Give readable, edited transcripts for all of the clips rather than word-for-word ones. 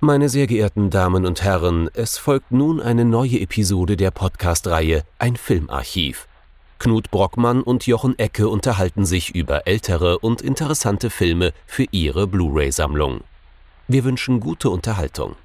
Meine sehr geehrten Damen und Herren, es folgt nun eine neue Episode der Podcast-Reihe Ein Filmarchiv. Knut Brockmann und Jochen Ecke unterhalten sich über ältere und interessante Filme für ihre Blu-ray-Sammlung. Wir wünschen gute Unterhaltung.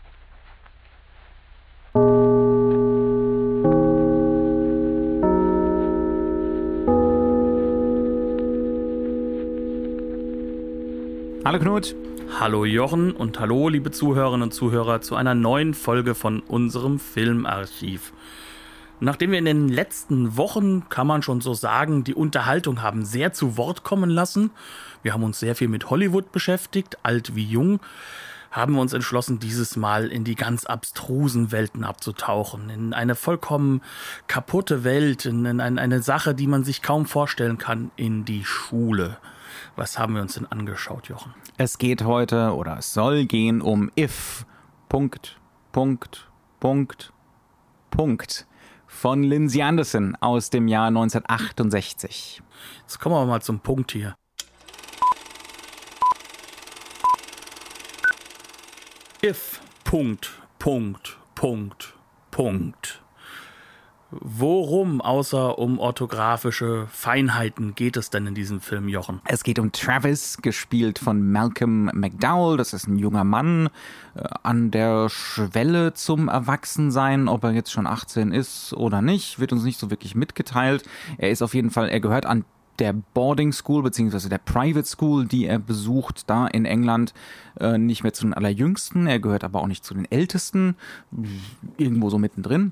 Hallo Knut. Hallo Jochen und hallo liebe Zuhörerinnen und Zuhörer zu einer neuen Folge von unserem Filmarchiv. Nachdem wir in den letzten Wochen, kann man schon so sagen, die Unterhaltung haben sehr zu Wort kommen lassen, wir haben uns sehr viel mit Hollywood beschäftigt, alt wie jung, haben wir uns entschlossen, dieses Mal in die ganz abstrusen Welten abzutauchen, in eine vollkommen kaputte Welt, in eine Sache, die man sich kaum vorstellen kann, in die Schule. Was haben wir uns denn angeschaut, Jochen? Es geht heute oder es soll gehen um If. Von Lindsay Anderson aus dem Jahr 1968. Jetzt kommen wir mal zum Punkt hier. If. Worum außer um orthografische Feinheiten geht es denn in diesem Film, Jochen? Es geht um Travis, gespielt von Malcolm McDowell. Das ist ein junger Mann an der Schwelle zum Erwachsensein. Ob er jetzt schon 18 ist oder nicht, wird uns nicht so wirklich mitgeteilt. Er ist auf jeden Fall, er gehört an der Boarding School bzw. der Private School, die er besucht, da in England, nicht mehr zu den Allerjüngsten. Er gehört aber auch nicht zu den Ältesten, irgendwo so mittendrin.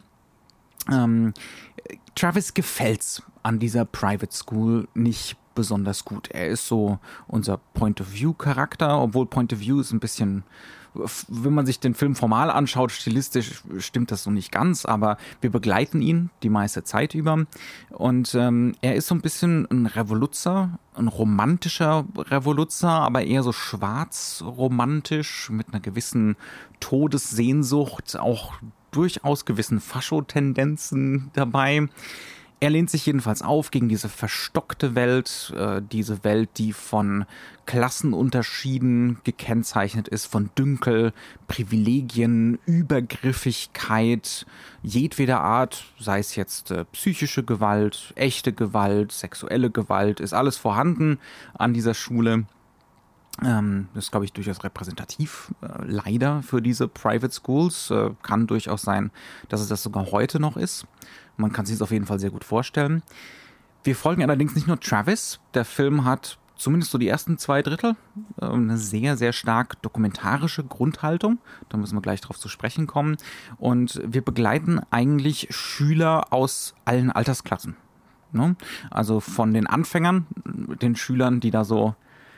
Travis gefällt's an dieser Private School nicht besonders gut. Er ist so unser Point-of-View-Charakter, obwohl Point-of-View ist ein bisschen, wenn man sich den Film formal anschaut, stilistisch stimmt das so nicht ganz, aber wir begleiten ihn die meiste Zeit über und er ist so ein bisschen ein Revoluzer, ein romantischer Revoluzer, aber eher so schwarz-romantisch mit einer gewissen Todessehnsucht, auch durchaus gewissen Fascho-Tendenzen dabei. Er lehnt sich jedenfalls auf gegen diese verstockte Welt, diese Welt, die von Klassenunterschieden gekennzeichnet ist, von Dünkel, Privilegien, Übergriffigkeit, jedweder Art, sei es jetzt psychische Gewalt, echte Gewalt, sexuelle Gewalt, ist alles vorhanden an dieser Schule. Das ist, glaube ich, durchaus repräsentativ, leider für diese Private Schools. Kann durchaus sein, dass es das sogar heute noch ist. Man kann sich das auf jeden Fall sehr gut vorstellen. Wir folgen allerdings nicht nur Travis. Der Film hat zumindest so die ersten 2/3 eine sehr, sehr stark dokumentarische Grundhaltung. Da müssen wir gleich drauf zu sprechen kommen. Und wir begleiten eigentlich Schüler aus allen Altersklassen. Ne? Also von den Anfängern, den Schülern, die da so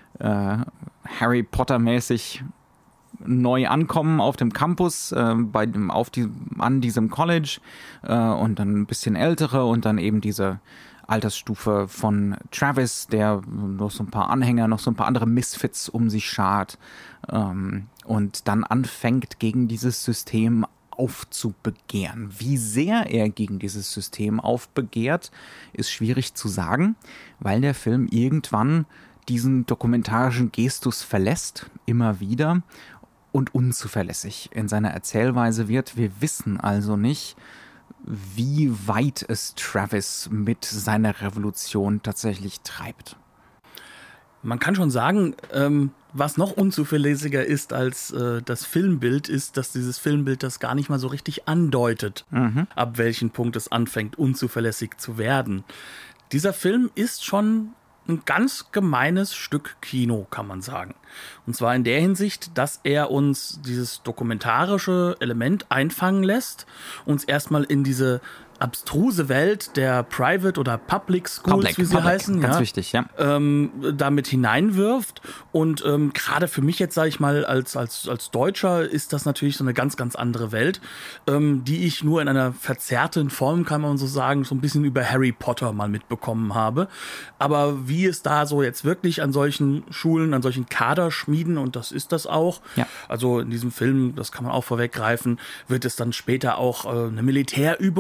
Harry Potter-mäßig neu ankommen auf dem Campus, an diesem College und dann ein bisschen ältere und dann eben diese Altersstufe von Travis, der noch so ein paar Anhänger, noch so ein paar andere Misfits um sich schart und dann anfängt, gegen dieses System aufzubegehren. Wie sehr er gegen dieses System aufbegehrt, ist schwierig zu sagen, weil der Film irgendwann diesen dokumentarischen Gestus verlässt, immer wieder, und unzuverlässig in seiner Erzählweise wird. Wir wissen also nicht, wie weit es Travis mit seiner Revolution tatsächlich treibt. Man kann schon sagen, was noch unzuverlässiger ist als das Filmbild, ist, dass dieses Filmbild das gar nicht mal so richtig andeutet, ab welchem Punkt es anfängt, unzuverlässig zu werden. Dieser Film ist schon ein ganz gemeines Stück Kino, kann man sagen. Und zwar in der Hinsicht, dass er uns dieses dokumentarische Element einfangen lässt, uns erstmal in diese abstruse Welt der Private oder Public Schools, wie sie heißen, ganz wichtig, ja. Damit hineinwirft. Und gerade für mich jetzt, sage ich mal, als Deutscher ist das natürlich so eine ganz, ganz andere Welt, die ich nur in einer verzerrten Form, kann man so sagen, so ein bisschen über Harry Potter mal mitbekommen habe. Aber wie es da so jetzt wirklich an solchen Schulen, an solchen Kaderschmieden, und das ist das auch, ja. Also in diesem Film, das kann man auch vorweggreifen, wird es dann später auch eine Militärübung geben,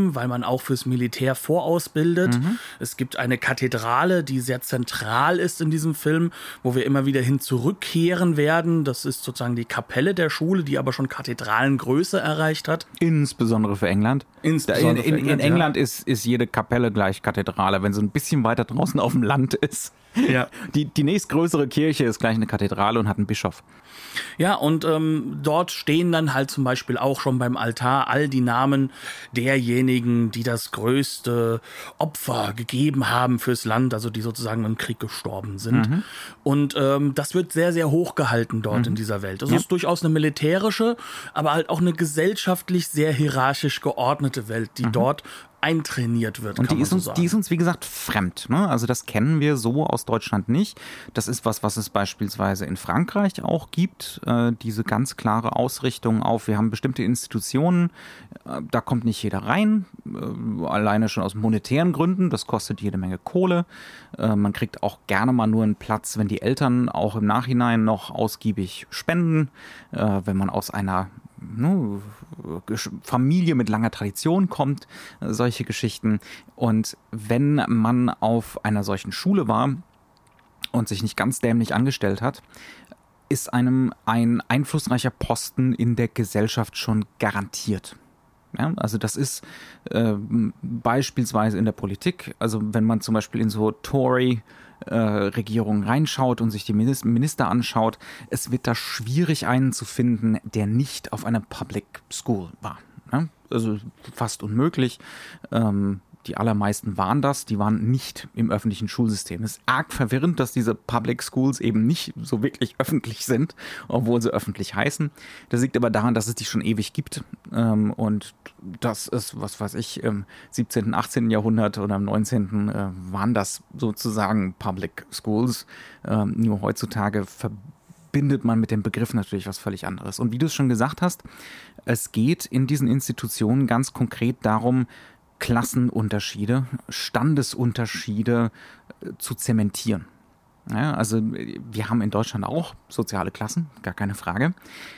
Film, weil man auch fürs Militär vorausbildet. Es gibt eine Kathedrale, die sehr zentral ist in diesem Film, wo wir immer wieder hin zurückkehren werden. Das ist sozusagen die Kapelle der Schule, die aber schon Kathedralengröße erreicht hat. Insbesondere für England. In England ist jede Kapelle gleich Kathedrale. Wenn so ein bisschen weiter draußen auf dem Land ist. Ja. Die nächstgrößere Kirche ist gleich eine Kathedrale und hat einen Bischof. Ja, und dort stehen dann halt zum Beispiel auch schon beim Altar all die Namen derjenigen, die das größte Opfer gegeben haben fürs Land, also die sozusagen im Krieg gestorben sind. Und das wird sehr, sehr hoch gehalten dort in dieser Welt. Das ist durchaus eine militärische, aber halt auch eine gesellschaftlich sehr hierarchisch geordnete Welt, die dort eintrainiert wird. Und die ist uns, wie gesagt, fremd. Ne? Also das kennen wir so aus Deutschland nicht. Das ist was es beispielsweise in Frankreich auch gibt. Diese ganz klare Ausrichtung auf, wir haben bestimmte Institutionen, da kommt nicht jeder rein. Alleine schon aus monetären Gründen. Das kostet jede Menge Kohle. Man kriegt auch gerne mal nur einen Platz, wenn die Eltern auch im Nachhinein noch ausgiebig spenden. Wenn man aus einer Familie mit langer Tradition kommt, solche Geschichten. Und wenn man auf einer solchen Schule war und sich nicht ganz dämlich angestellt hat, ist einem ein einflussreicher Posten in der Gesellschaft schon garantiert. Ja, also das ist beispielsweise in der Politik, also wenn man zum Beispiel in so Tory-Regierungen reinschaut und sich die Minister anschaut, es wird da schwierig, einen zu finden, der nicht auf einer Public School war. Ja? Also fast unmöglich. Die allermeisten waren das, die waren nicht im öffentlichen Schulsystem. Es ist arg verwirrend, dass diese Public Schools eben nicht so wirklich öffentlich sind, obwohl sie öffentlich heißen. Das liegt aber daran, dass es die schon ewig gibt. Und das ist, was weiß ich, im 17., 18. Jahrhundert oder im 19. Waren das sozusagen Public Schools. Nur heutzutage verbindet man mit dem Begriff natürlich was völlig anderes. Und wie du es schon gesagt hast, es geht in diesen Institutionen ganz konkret darum, Klassenunterschiede, Standesunterschiede zu zementieren. Ja, also wir haben in Deutschland auch soziale Klassen, gar keine Frage.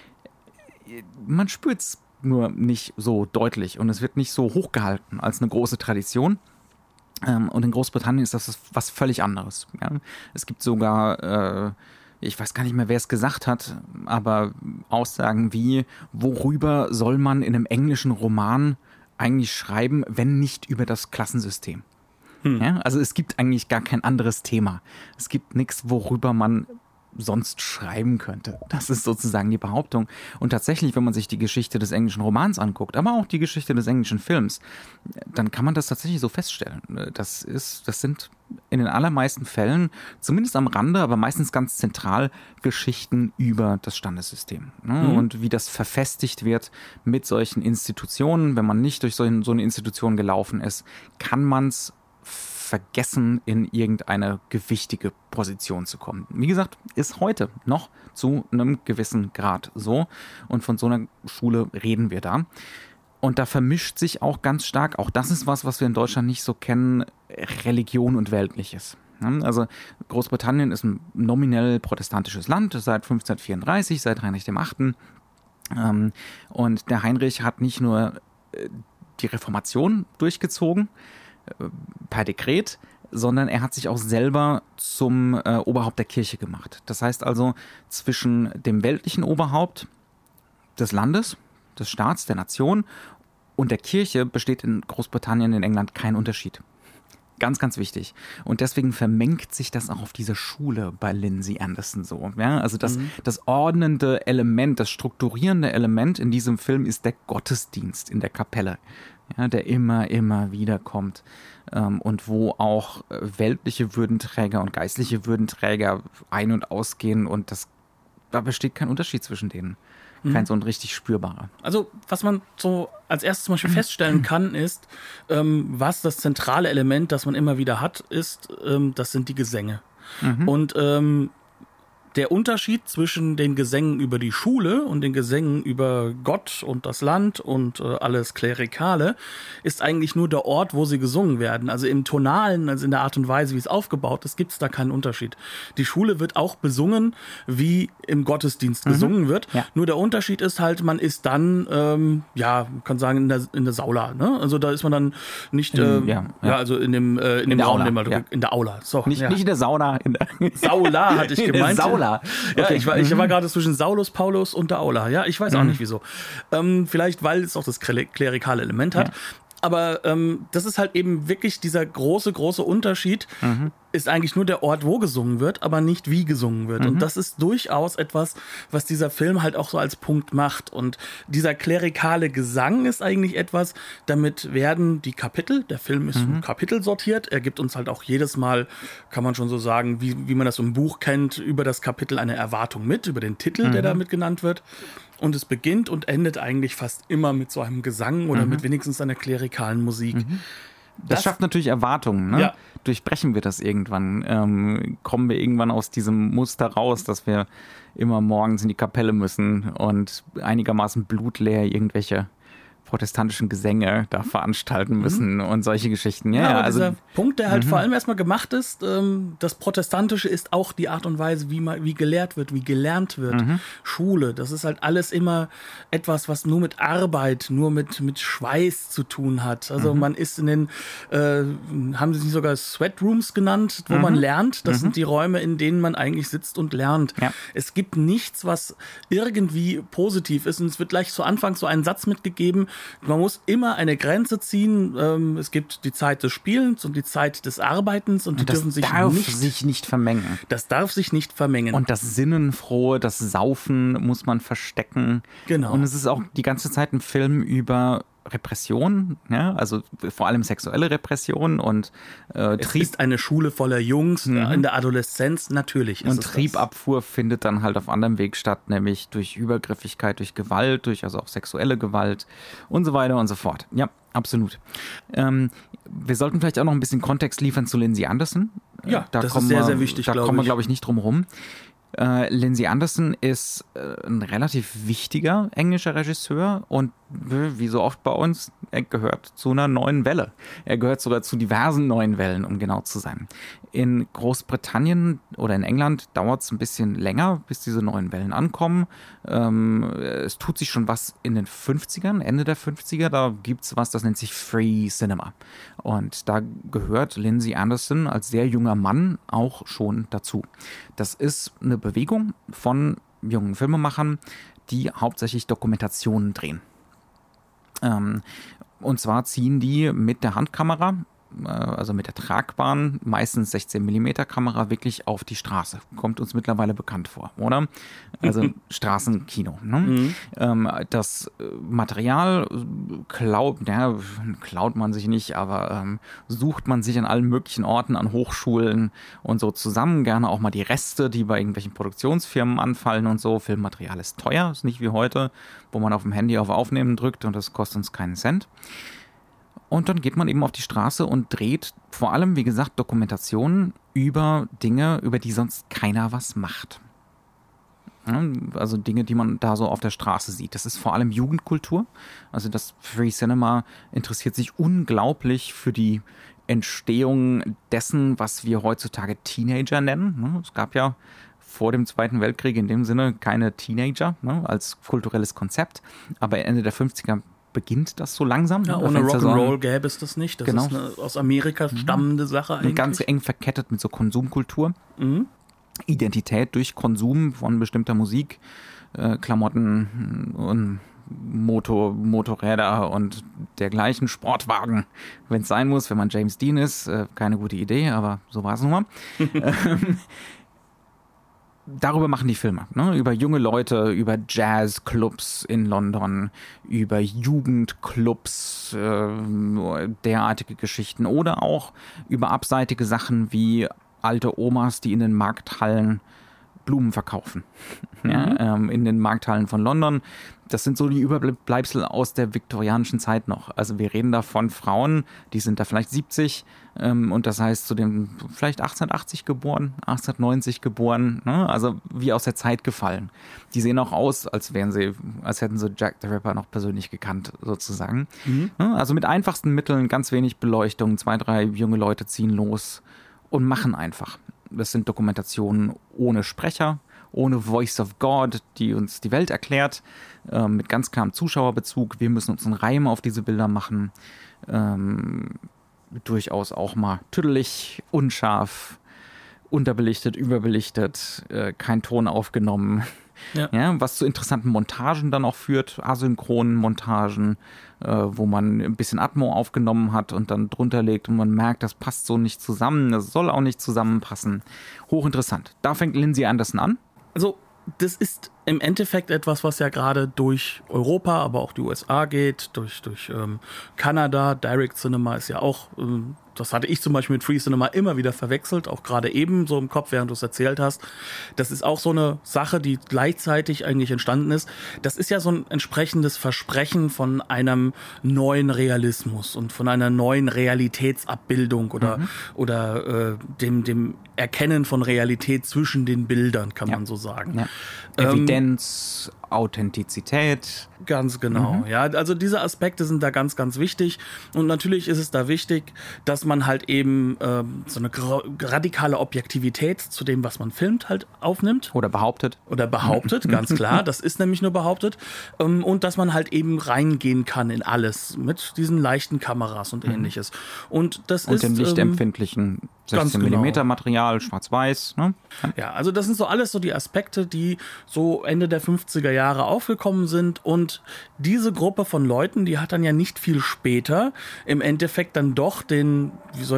Man spürt es nur nicht so deutlich und es wird nicht so hochgehalten als eine große Tradition. Und in Großbritannien ist das was völlig anderes. Ja. Es gibt sogar, ich weiß gar nicht mehr, wer es gesagt hat, aber Aussagen wie, worüber soll man in einem englischen Roman eigentlich schreiben, wenn nicht über das Klassensystem. Ja, also es gibt eigentlich gar kein anderes Thema. Es gibt nichts, worüber man sonst schreiben könnte. Das ist sozusagen die Behauptung. Und tatsächlich, wenn man sich die Geschichte des englischen Romans anguckt, aber auch die Geschichte des englischen Films, dann kann man das tatsächlich so feststellen. Das sind in den allermeisten Fällen, zumindest am Rande, aber meistens ganz zentral, Geschichten über das Standessystem. Und wie das verfestigt wird mit solchen Institutionen. Wenn man nicht durch so eine Institution gelaufen ist, kann man es vergessen, in irgendeine gewichtige Position zu kommen. Wie gesagt, ist heute noch zu einem gewissen Grad so. Und von so einer Schule reden wir da. Und da vermischt sich auch ganz stark, auch das ist was wir in Deutschland nicht so kennen, Religion und Weltliches. Also Großbritannien ist ein nominell protestantisches Land seit 1534, seit Heinrich VIII. Und der Heinrich hat nicht nur die Reformation durchgezogen, per Dekret, sondern er hat sich auch selber zum Oberhaupt der Kirche gemacht. Das heißt also, zwischen dem weltlichen Oberhaupt des Landes, des Staats, der Nation und der Kirche besteht in Großbritannien, in England kein Unterschied. Ganz, ganz wichtig. Und deswegen vermengt sich das auch auf dieser Schule bei Lindsay Anderson so. Ja? Also das ordnende Element, das strukturierende Element in diesem Film ist der Gottesdienst in der Kapelle. Ja, der immer wieder kommt und wo auch weltliche Würdenträger und geistliche Würdenträger ein- und ausgehen und da besteht kein Unterschied zwischen denen. Kein so ein richtig spürbarer. Also was man so als erstes zum Beispiel feststellen kann, ist, was das zentrale Element, das man immer wieder hat, ist, das sind die Gesänge. Und Der Unterschied zwischen den Gesängen über die Schule und den Gesängen über Gott und das Land und alles Klerikale ist eigentlich nur der Ort, wo sie gesungen werden. Also im Tonalen, also in der Art und Weise, wie es aufgebaut ist, gibt es da keinen Unterschied. Die Schule wird auch besungen, wie im Gottesdienst gesungen wird. Ja. Nur der Unterschied ist halt, man ist dann, man kann sagen, in der Saula. Ne? Also da ist man dann nicht, also in dem Raum, in der Aula. So, nicht in der Sauna. Saula hatte ich gemeint. Saula. Ja, okay. Ich war gerade zwischen Saulus, Paulus und der Aula. Ja, ich weiß auch nicht wieso. Vielleicht, weil es auch das klerikale Element hat. Ja. Aber das ist halt eben wirklich dieser große Unterschied, ist eigentlich nur der Ort, wo gesungen wird, aber nicht wie gesungen wird. Und das ist durchaus etwas, was dieser Film halt auch so als Punkt macht. Und dieser klerikale Gesang ist eigentlich etwas, damit werden die Kapitel, der Film ist in Kapitel sortiert, er gibt uns halt auch jedes Mal, kann man schon so sagen, wie man das im Buch kennt, über das Kapitel eine Erwartung mit, über den Titel, der damit genannt wird. Und es beginnt und endet eigentlich fast immer mit so einem Gesang oder mit wenigstens einer klerikalen Musik. Das schafft natürlich Erwartungen. Ne? Ja. Durchbrechen wir das irgendwann? Kommen wir irgendwann aus diesem Muster raus, dass wir immer morgens in die Kapelle müssen und einigermaßen blutleer irgendwelche protestantischen Gesänge da veranstalten müssen und solche Geschichten. Ja, aber also dieser Punkt, der halt vor allem erstmal gemacht ist, das Protestantische ist auch die Art und Weise, wie gelehrt wird, wie gelernt wird. Schule, das ist halt alles immer etwas, was nur mit Arbeit, nur mit Schweiß zu tun hat. Also man ist in den, haben sie nicht sogar Sweatrooms genannt, wo man lernt. Das sind die Räume, in denen man eigentlich sitzt und lernt. Ja. Es gibt nichts, was irgendwie positiv ist. Und es wird gleich zu Anfang so einen Satz mitgegeben, man muss immer eine Grenze ziehen. Es gibt die Zeit des Spielens und die Zeit des Arbeitens und die dürfen sich nicht vermengen. Das darf sich nicht vermengen. Und das Sinnenfrohe, das Saufen muss man verstecken. Genau. Und es ist auch die ganze Zeit ein Film über Repression, ja, also vor allem sexuelle Repression und es ist eine Schule voller Jungs in der Adoleszenz, natürlich ist und Triebabfuhr findet dann halt auf anderem Weg statt, nämlich durch Übergriffigkeit, durch Gewalt, durch also auch sexuelle Gewalt und so weiter und so fort. Ja, absolut. Wir sollten vielleicht auch noch ein bisschen Kontext liefern zu Lindsay Anderson. Ja, das ist sehr, sehr wichtig, glaube ich. Da kommen wir, glaube ich, nicht drum rum. Lindsay Anderson ist ein relativ wichtiger englischer Regisseur und wie so oft bei uns, er gehört zu einer neuen Welle. Er gehört sogar zu diversen neuen Wellen, um genau zu sein. In Großbritannien oder in England dauert es ein bisschen länger, bis diese neuen Wellen ankommen. Es tut sich schon was in den 50ern, Ende der 50er, da gibt es was, das nennt sich Free Cinema. Und da gehört Lindsay Anderson als sehr junger Mann auch schon dazu. Das ist eine Bewegung von jungen Filmemachern, die hauptsächlich Dokumentationen drehen. Und zwar ziehen die mit der Handkamera, also mit der tragbaren, meistens 16mm Kamera, wirklich auf die Straße. Kommt uns mittlerweile bekannt vor, oder? Also Straßenkino. Ne? Das Material klaut man sich nicht, aber sucht man sich an allen möglichen Orten, an Hochschulen und so zusammen. Gerne auch mal die Reste, die bei irgendwelchen Produktionsfirmen anfallen und so. Filmmaterial ist teuer, ist nicht wie heute, wo man auf dem Handy auf Aufnehmen drückt und das kostet uns keinen Cent. Und dann geht man eben auf die Straße und dreht vor allem, wie gesagt, Dokumentationen über Dinge, über die sonst keiner was macht. Also Dinge, die man da so auf der Straße sieht. Das ist vor allem Jugendkultur. Also das Free Cinema interessiert sich unglaublich für die Entstehung dessen, was wir heutzutage Teenager nennen. Es gab ja vor dem Zweiten Weltkrieg in dem Sinne keine Teenager als kulturelles Konzept. Aber Ende der 50er beginnt das so langsam. Ja, ohne Rock'n'Roll gäbe es das nicht. Das ist eine aus Amerika stammende Sache eigentlich. Und ganz eng verkettet mit so Konsumkultur. Identität durch Konsum von bestimmter Musik, Klamotten und Motorräder und dergleichen, Sportwagen, wenn es sein muss, wenn man James Dean ist. Keine gute Idee, aber so war es nun mal. Darüber machen die Filme, ne? Über junge Leute, über Jazzclubs in London, über Jugendclubs, derartige Geschichten oder auch über abseitige Sachen wie alte Omas, die in den Markthallen Blumen verkaufen. Ja, in den Markthallen von London. Das sind so die Überbleibsel aus der viktorianischen Zeit noch. Also wir reden da von Frauen, die sind da vielleicht 70 und das heißt zu dem vielleicht 1880 geboren, 1890 geboren, ne? Also wie aus der Zeit gefallen. Die sehen auch aus, als hätten sie Jack the Ripper noch persönlich gekannt, sozusagen. Also mit einfachsten Mitteln, ganz wenig Beleuchtung, 2, 3 junge Leute ziehen los und machen einfach. Das sind Dokumentationen ohne Sprecher, ohne Voice of God, die uns die Welt erklärt, mit ganz klarem Zuschauerbezug. Wir müssen uns einen Reim auf diese Bilder machen. Durchaus auch mal tüdelig, unscharf, unterbelichtet, überbelichtet, kein Ton aufgenommen. Ja, was zu interessanten Montagen dann auch führt, asynchronen Montagen, wo man ein bisschen Atmo aufgenommen hat und dann drunter legt und man merkt, das passt so nicht zusammen, das soll auch nicht zusammenpassen. Hochinteressant. Da fängt Lindsay Anderson an. Also das ist im Endeffekt etwas, was ja gerade durch Europa, aber auch die USA geht, durch Kanada. Direct Cinema ist ja auch, das hatte ich zum Beispiel mit Free Cinema immer wieder verwechselt, auch gerade eben so im Kopf, während du es erzählt hast. Das ist auch so eine Sache, die gleichzeitig eigentlich entstanden ist. Das ist ja so ein entsprechendes Versprechen von einem neuen Realismus und von einer neuen Realitätsabbildung oder dem Erkennen von Realität zwischen den Bildern, kann man so sagen. Ja. Evidenz, Authentizität. Ganz genau, ja. Also diese Aspekte sind da ganz, ganz wichtig. Und natürlich ist es da wichtig, dass man halt eben so eine radikale Objektivität zu dem, was man filmt, halt aufnimmt. Oder behauptet, ganz klar. Das ist nämlich nur behauptet. Und dass man halt eben reingehen kann in alles mit diesen leichten Kameras und ähnliches. Und das ist den lichtempfindlichen 16mm Material, schwarz-weiß. Ne? Ja, also das sind so alles so die Aspekte, die so Ende der 50er Jahre aufgekommen sind. Und diese Gruppe von Leuten, die hat dann ja nicht viel später im Endeffekt dann doch den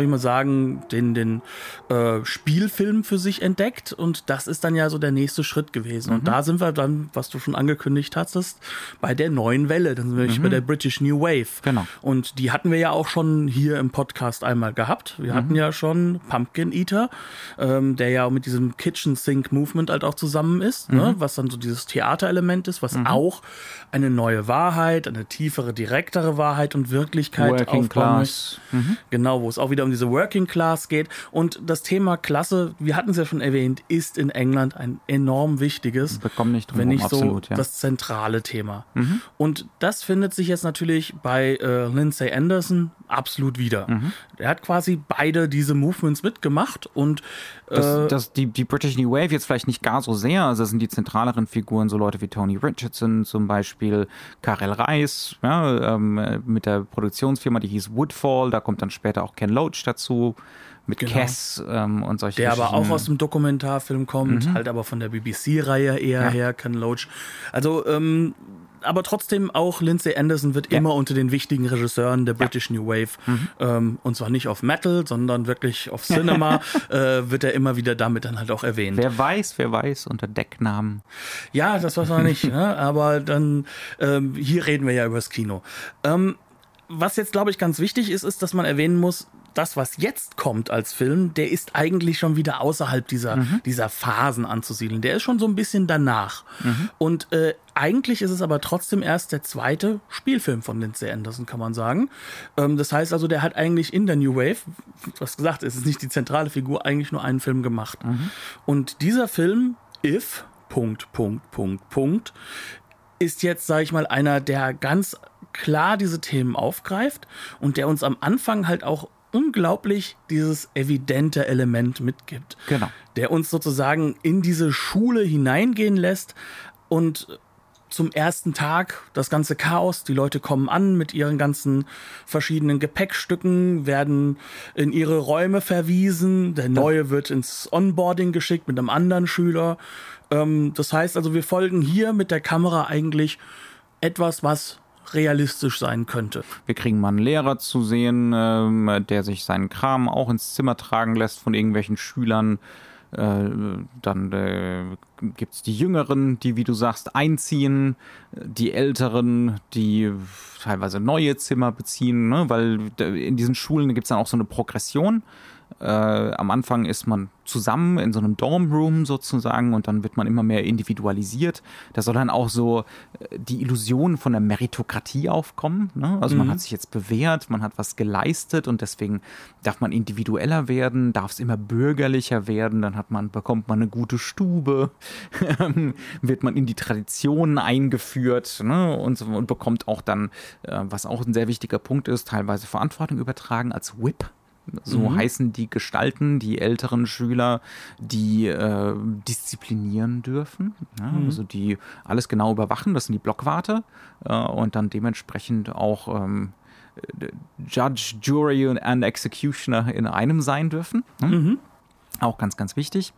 Spielfilm für sich entdeckt. Und das ist dann ja so der nächste Schritt gewesen. Und da sind wir dann, was du schon angekündigt hattest, bei der neuen Welle. Dann sind wir bei der British New Wave. Genau. Und die hatten wir ja auch schon hier im Podcast einmal gehabt. Wir hatten ja schon Pumpkin Eater, der ja mit diesem Kitchen Sink Movement halt auch zusammen ist, ne? Was dann so dieses Theaterelement ist, was auch eine neue Wahrheit, eine tiefere, direktere Wahrheit und Wirklichkeit Working Class. Genau, wo es auch wieder um diese Working Class geht. Und das Thema Klasse, wir hatten es ja schon erwähnt, ist in England ein enorm wichtiges, wenn nicht so absolut, das zentrale Thema. Und das findet sich jetzt natürlich bei Lindsay Anderson absolut wieder. Er hat quasi beide diese Movements mitgemacht und die British New Wave jetzt vielleicht nicht gar so sehr, also das sind die zentraleren Figuren, so Leute wie Tony Richardson zum Beispiel, Karel Reiss, ja, mit der Produktionsfirma, die hieß Woodfall, da kommt dann später auch Ken Loach dazu, mit Cass und solche Geschichten. Der aber auch aus dem Dokumentarfilm kommt, halt aber von der BBC-Reihe eher her, Ken Loach. Also aber trotzdem auch Lindsay Anderson wird immer unter den wichtigen Regisseuren der British New Wave, und zwar nicht auf Metal, sondern wirklich auf Cinema, wird er immer wieder damit dann halt auch erwähnt. Wer weiß, unter Decknamen. Ja, das weiß man nicht, ne? Aber dann, hier reden wir ja über das Kino. Was jetzt, glaube ich, ganz wichtig ist, dass man erwähnen muss, das, was jetzt kommt als Film, der ist eigentlich schon wieder außerhalb dieser Phasen anzusiedeln. Der ist schon so ein bisschen danach. Und eigentlich ist es aber trotzdem erst der zweite Spielfilm von Lindsay Anderson, kann man sagen. Das heißt also, der hat eigentlich in der New Wave, du hast gesagt, es ist nicht die zentrale Figur, eigentlich nur einen Film gemacht. Und dieser Film, If, ... ist jetzt, sage ich mal, einer, der ganz klar diese Themen aufgreift und der uns am Anfang halt auch unglaublich dieses evidente Element mitgibt. Genau. Der uns sozusagen in diese Schule hineingehen lässt und zum ersten Tag das ganze Chaos, die Leute kommen an mit ihren ganzen verschiedenen Gepäckstücken, werden in ihre Räume verwiesen, der Neue wird ins Onboarding geschickt mit einem anderen Schüler. Das heißt also, wir folgen hier mit der Kamera eigentlich etwas, was realistisch sein könnte. Wir kriegen mal einen Lehrer zu sehen, der sich seinen Kram auch ins Zimmer tragen lässt von irgendwelchen Schülern. Dann gibt es die Jüngeren, die, wie du sagst, einziehen, die Älteren, die teilweise neue Zimmer beziehen, ne? Weil in diesen Schulen gibt es dann auch so eine Progression. Am Anfang ist man zusammen in so einem Dorm-Room sozusagen und dann wird man immer mehr individualisiert. Da soll dann auch so die Illusion von der Meritokratie aufkommen. Ne? Also man hat sich jetzt bewährt, man hat was geleistet und deswegen darf man individueller werden, darf es immer bürgerlicher werden, dann bekommt man eine gute Stube, wird man in die Traditionen eingeführt, ne? und bekommt auch dann, was auch ein sehr wichtiger Punkt ist, teilweise Verantwortung übertragen als Whip. So heißen die Gestalten, die älteren Schüler, die disziplinieren dürfen, ja, also die alles genau überwachen, das sind die Blockwarte und dann dementsprechend auch Judge, Jury and Executioner in einem sein dürfen. Auch ganz, ganz wichtig.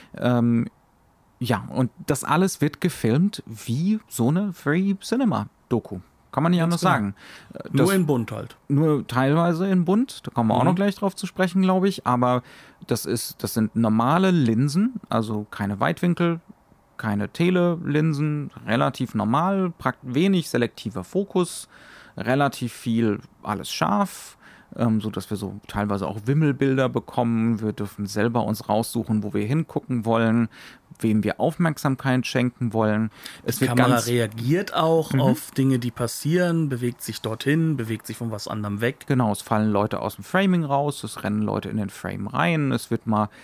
Ja, und das alles wird gefilmt wie so eine Free Cinema-Doku. Kann man nicht anders sagen. Nur in bunt halt. Nur teilweise in bunt, da kommen wir auch noch gleich drauf zu sprechen, glaube ich. Aber das sind normale Linsen, also keine Weitwinkel, keine Telelinsen, relativ normal, wenig selektiver Fokus, relativ viel alles scharf, so dass wir so teilweise auch Wimmelbilder bekommen. Wir dürfen selber uns raussuchen, wo wir hingucken wollen, wem wir Aufmerksamkeit schenken wollen. Die Kamera reagiert auch auf Dinge, die passieren, bewegt sich dorthin, bewegt sich von was anderem weg. Genau, es fallen Leute aus dem Framing raus, es rennen Leute in den Frame rein, es wird mal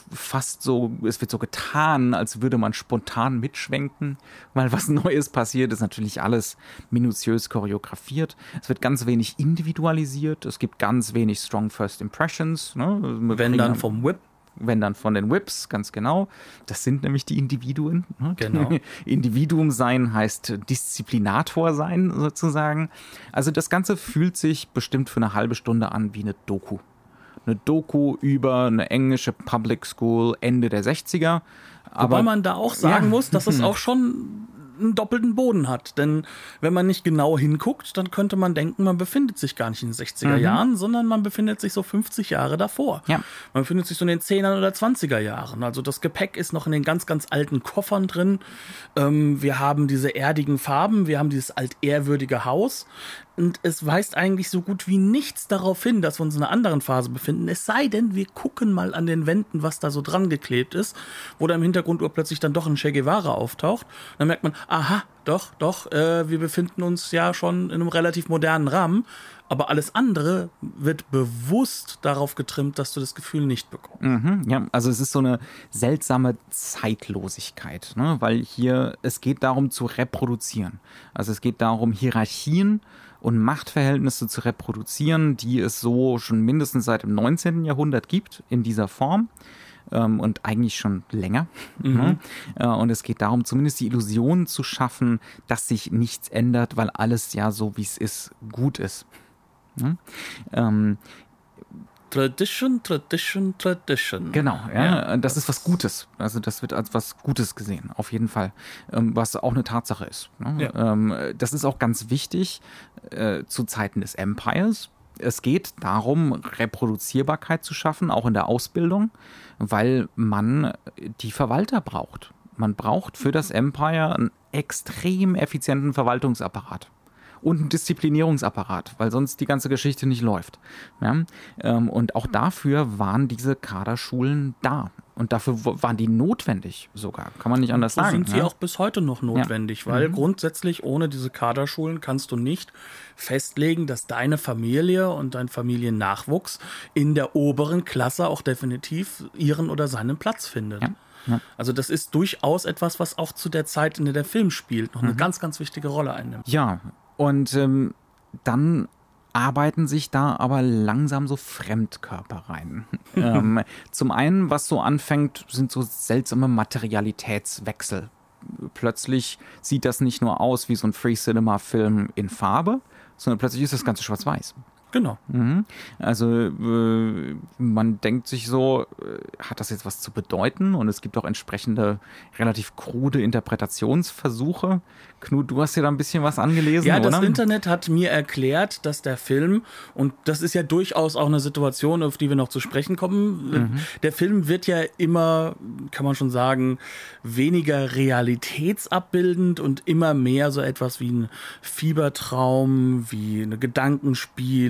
es wird so getan, als würde man spontan mitschwenken, weil was Neues passiert, ist natürlich alles minutiös choreografiert. Es wird ganz wenig individualisiert, es gibt ganz wenig Strong First Impressions. Ne? Wenn dann vom Whip. Wenn dann von den Whips, ganz genau. Das sind nämlich die Individuen. Ne? Genau. Individuum sein heißt Disziplinator sein, sozusagen. Also das Ganze fühlt sich bestimmt für eine halbe Stunde an wie eine Doku. Eine Doku über eine englische Public School Ende der 60er. Wobei man da auch sagen muss, dass es auch schon einen doppelten Boden hat. Denn wenn man nicht genau hinguckt, dann könnte man denken, man befindet sich gar nicht in den 60er Jahren, sondern man befindet sich so 50 Jahre davor. Ja. Man befindet sich so in den 10er oder 20er Jahren. Also das Gepäck ist noch in den ganz, ganz alten Koffern drin. Wir haben diese erdigen Farben, wir haben dieses altehrwürdige Haus. Und es weist eigentlich so gut wie nichts darauf hin, dass wir uns in einer anderen Phase befinden. Es sei denn, wir gucken mal an den Wänden, was da so dran geklebt ist, wo da im Hintergrund plötzlich dann doch ein Che Guevara auftaucht. Dann merkt man, aha, doch, wir befinden uns ja schon in einem relativ modernen Rahmen. Aber alles andere wird bewusst darauf getrimmt, dass du das Gefühl nicht bekommst. Ja, also es ist so eine seltsame Zeitlosigkeit, ne? Weil es geht darum zu reproduzieren. Also es geht darum, Hierarchien und Machtverhältnisse zu reproduzieren, die es so schon mindestens seit dem 19. Jahrhundert gibt, in dieser Form. Und eigentlich schon länger. Ne? Und es geht darum, zumindest die Illusion zu schaffen, dass sich nichts ändert, weil alles ja so, wie es ist, gut ist. Tradition. Genau, ja. Das ist was Gutes. Also das wird als was Gutes gesehen, auf jeden Fall. Was auch eine Tatsache ist. Ne? Ja. Das ist auch ganz wichtig zu Zeiten des Empires. Es geht darum, Reproduzierbarkeit zu schaffen, auch in der Ausbildung, weil man die Verwalter braucht. Man braucht für das Empire einen extrem effizienten Verwaltungsapparat. Und einen Disziplinierungsapparat, weil sonst die ganze Geschichte nicht läuft. Ja? Und auch dafür waren diese Kaderschulen da. Und dafür waren die notwendig sogar. Kann man nicht anders sagen. So sind sie auch bis heute noch notwendig, weil grundsätzlich ohne diese Kaderschulen kannst du nicht festlegen, dass deine Familie und dein Familiennachwuchs in der oberen Klasse auch definitiv ihren oder seinen Platz findet. Ja. Ja. Also das ist durchaus etwas, was auch zu der Zeit, in der der Film spielt, noch eine ganz, ganz wichtige Rolle einnimmt. Ja, und dann arbeiten sich da aber langsam so Fremdkörper rein. Zum einen, was so anfängt, sind so seltsame Materialitätswechsel. Plötzlich sieht das nicht nur aus wie so ein Free-Cinema-Film in Farbe, sondern plötzlich ist das Ganze schwarz-weiß. Genau. Also man denkt sich so, hat das jetzt was zu bedeuten? Und es gibt auch entsprechende relativ krude Interpretationsversuche. Knut, du hast dir da ein bisschen was angelesen, ja, oder? Das Internet hat mir erklärt, dass der Film, und das ist ja durchaus auch eine Situation, auf die wir noch zu sprechen kommen, der Film wird ja immer, kann man schon sagen, weniger realitätsabbildend und immer mehr so etwas wie ein Fiebertraum, wie ein Gedankenspiel,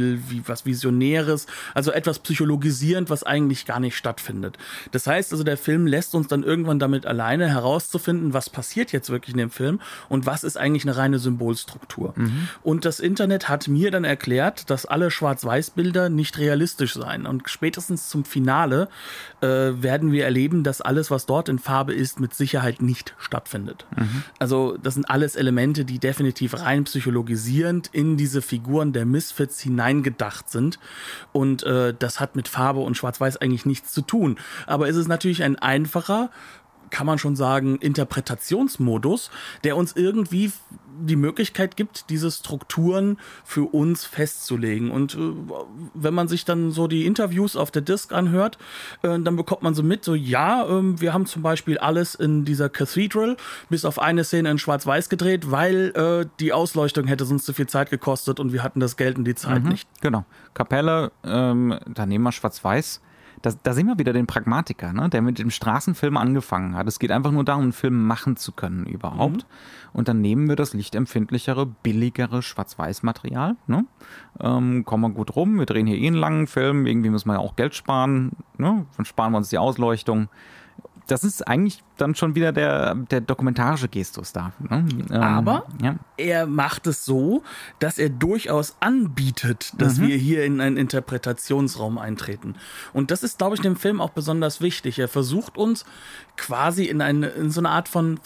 will, wie was Visionäres, also etwas psychologisierend, was eigentlich gar nicht stattfindet. Das heißt also, der Film lässt uns dann irgendwann damit alleine herauszufinden, was passiert jetzt wirklich in dem Film und was ist eigentlich eine reine Symbolstruktur. Und das Internet hat mir dann erklärt, dass alle Schwarz-Weiß-Bilder nicht realistisch seien. Und spätestens zum Finale werden wir erleben, dass alles, was dort in Farbe ist, mit Sicherheit nicht stattfindet. Also das sind alles Elemente, die definitiv rein psychologisierend in diese Figuren der Misfits hineingedacht sind. Und das hat mit Farbe und Schwarz-Weiß eigentlich nichts zu tun. Aber es ist natürlich ein einfacher, kann man schon sagen, Interpretationsmodus, der uns irgendwie die Möglichkeit gibt, diese Strukturen für uns festzulegen. Und wenn man sich dann so die Interviews auf der Disc anhört, dann bekommt man so mit, so wir haben zum Beispiel alles in dieser Cathedral bis auf eine Szene in Schwarz-Weiß gedreht, weil die Ausleuchtung hätte sonst zu viel Zeit gekostet und wir hatten das Geld und die Zeit nicht. Genau. Kapelle, da nehmen wir Schwarz-Weiß. Da sehen wir wieder den Pragmatiker, ne? Der mit dem Straßenfilm angefangen hat. Es geht einfach nur darum, einen Film machen zu können überhaupt. Und dann nehmen wir das lichtempfindlichere, billigere Schwarz-Weiß-Material. Ne? Kommen wir gut rum. Wir drehen hier einen langen Film. Irgendwie müssen wir ja auch Geld sparen. Ne? Dann sparen wir uns die Ausleuchtung. Das ist eigentlich dann schon wieder der dokumentarische Gestus da. Ne? Aber er macht es so, dass er durchaus anbietet, dass wir hier in einen Interpretationsraum eintreten. Und das ist, glaube ich, dem Film auch besonders wichtig. Er versucht uns quasi in so eine Art von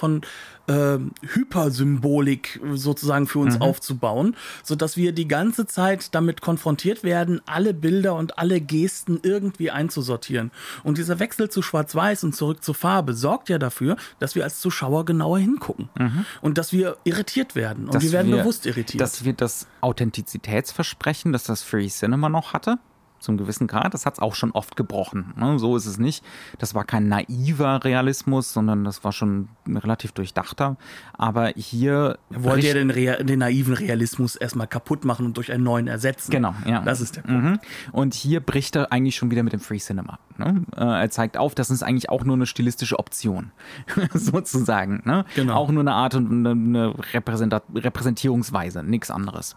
Hypersymbolik sozusagen für uns aufzubauen, sodass wir die ganze Zeit damit konfrontiert werden, alle Bilder und alle Gesten irgendwie einzusortieren. Und dieser Wechsel zu Schwarz-Weiß und zurück zur Farbe sorgt ja dafür, dass wir als Zuschauer genauer hingucken und dass wir irritiert werden. Und wir werden bewusst irritiert. Dass wir das Authentizitätsversprechen, das das Free Cinema noch hatte, zum gewissen Grad, das hat es auch schon oft gebrochen. Ne? So ist es nicht. Das war kein naiver Realismus, sondern das war schon relativ durchdachter. Aber hier wollt ihr den naiven Realismus erstmal kaputt machen und durch einen neuen ersetzen. Genau, ja. Das ist der Punkt. Und hier bricht er eigentlich schon wieder mit dem Free Cinema. Ne? Er zeigt auf, das ist eigentlich auch nur eine stilistische Option, sozusagen. Ne? Genau. Auch nur eine Art und eine Repräsentierungsweise, nichts anderes.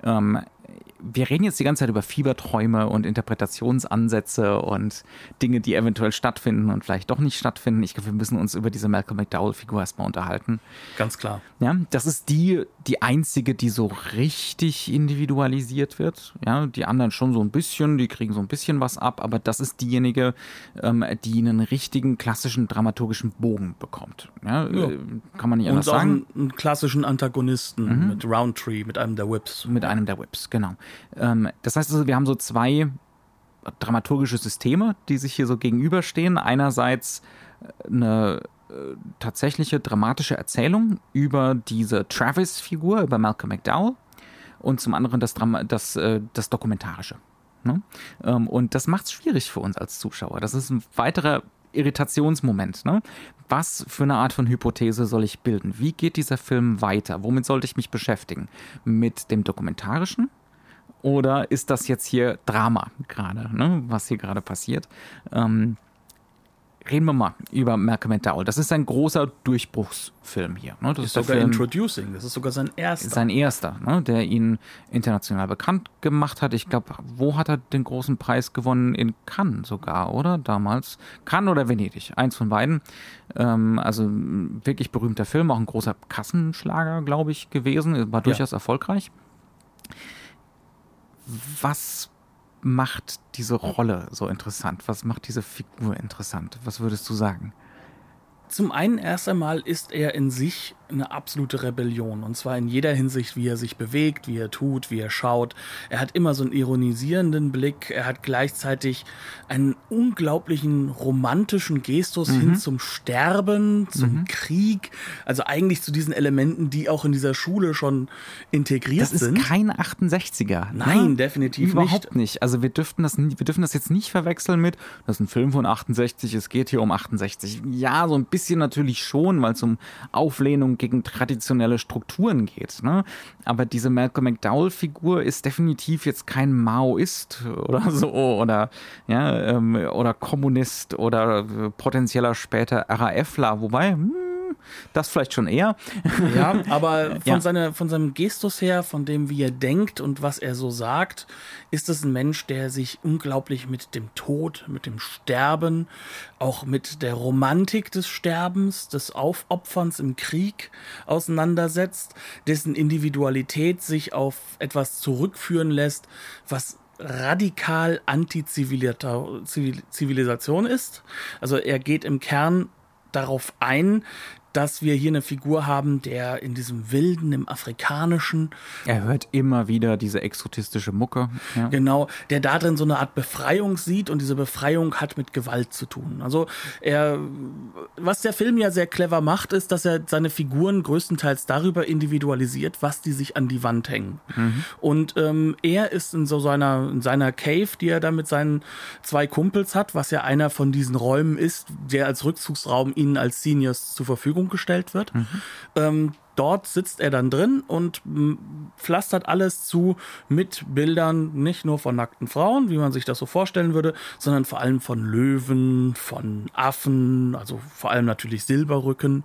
Wir reden jetzt die ganze Zeit über Fieberträume und Interpretationsansätze und Dinge, die eventuell stattfinden und vielleicht doch nicht stattfinden. Ich glaube, wir müssen uns über diese Malcolm McDowell-Figur erstmal unterhalten. Ganz klar. Ja, das ist die einzige, die so richtig individualisiert wird. Ja, die anderen schon so ein bisschen, die kriegen so ein bisschen was ab, aber das ist diejenige, die einen richtigen klassischen dramaturgischen Bogen bekommt. Ja. Kann man nicht anders sagen. Und auch einen klassischen Antagonisten mit Roundtree, mit einem der Whips. Mit einem der Whips, genau. Das heißt also, wir haben so zwei dramaturgische Systeme, die sich hier so gegenüberstehen. Einerseits eine tatsächliche dramatische Erzählung über diese Travis-Figur, über Malcolm McDowell, und zum anderen das Dokumentarische. Ne? Und das macht es schwierig für uns als Zuschauer. Das ist ein weiterer Irritationsmoment. Ne? Was für eine Art von Hypothese soll ich bilden? Wie geht dieser Film weiter? Womit sollte ich mich beschäftigen? Mit dem Dokumentarischen? Oder ist das jetzt hier Drama gerade, ne? Was hier gerade passiert? Reden wir mal über Malcolm McDowell. Das ist ein großer Durchbruchsfilm hier. Ne? Das ist sogar Introducing, das ist sogar sein erster. Sein erster, ne? Der ihn international bekannt gemacht hat. Ich glaube, wo hat er den großen Preis gewonnen? In Cannes sogar, oder? Damals. Cannes oder Venedig, eins von beiden. Also ein wirklich berühmter Film, auch ein großer Kassenschlager, glaube ich, gewesen. War durchaus erfolgreich. Was macht diese Rolle so interessant? Was macht diese Figur interessant? Was würdest du sagen? Zum einen erst einmal ist er in sich eine absolute Rebellion. Und zwar in jeder Hinsicht, wie er sich bewegt, wie er tut, wie er schaut. Er hat immer so einen ironisierenden Blick. Er hat gleichzeitig einen unglaublichen romantischen Gestus hin zum Sterben, zum Krieg. Also eigentlich zu diesen Elementen, die auch in dieser Schule schon integriert sind. Das ist kein 68er. Nein, ne? definitiv Überhaupt nicht. Also wir dürfen das jetzt nicht verwechseln mit, das ist ein Film von 68, es geht hier um 68. Ja, so ein bisschen natürlich schon, weil es um Auflehnung gegen traditionelle Strukturen geht. Ne? Aber diese Malcolm McDowell-Figur ist definitiv jetzt kein Maoist oder so oder Kommunist oder potenzieller später RAFler, wobei das vielleicht schon eher. Ja, aber von seinem Gestus her, von dem, wie er denkt und was er so sagt, ist es ein Mensch, der sich unglaublich mit dem Tod, mit dem Sterben, auch mit der Romantik des Sterbens, des Aufopferns im Krieg auseinandersetzt, dessen Individualität sich auf etwas zurückführen lässt, was radikal Antizivilisation ist. Also er geht im Kern darauf ein, dass wir hier eine Figur haben, der in diesem Wilden, im Afrikanischen. Er hört immer wieder diese exotistische Mucke. Ja. Genau, der da drin so eine Art Befreiung sieht und diese Befreiung hat mit Gewalt zu tun. Also was der Film ja sehr clever macht, ist, dass er seine Figuren größtenteils darüber individualisiert, was die sich an die Wand hängen. Und er ist in seiner Cave, die er da mit seinen 2 Kumpels hat, was ja einer von diesen Räumen ist, der als Rückzugsraum ihnen als Seniors zur Verfügung gestellt wird. Dort sitzt er dann drin und pflastert alles zu mit Bildern, nicht nur von nackten Frauen, wie man sich das so vorstellen würde, sondern vor allem von Löwen, von Affen, also vor allem natürlich Silberrücken.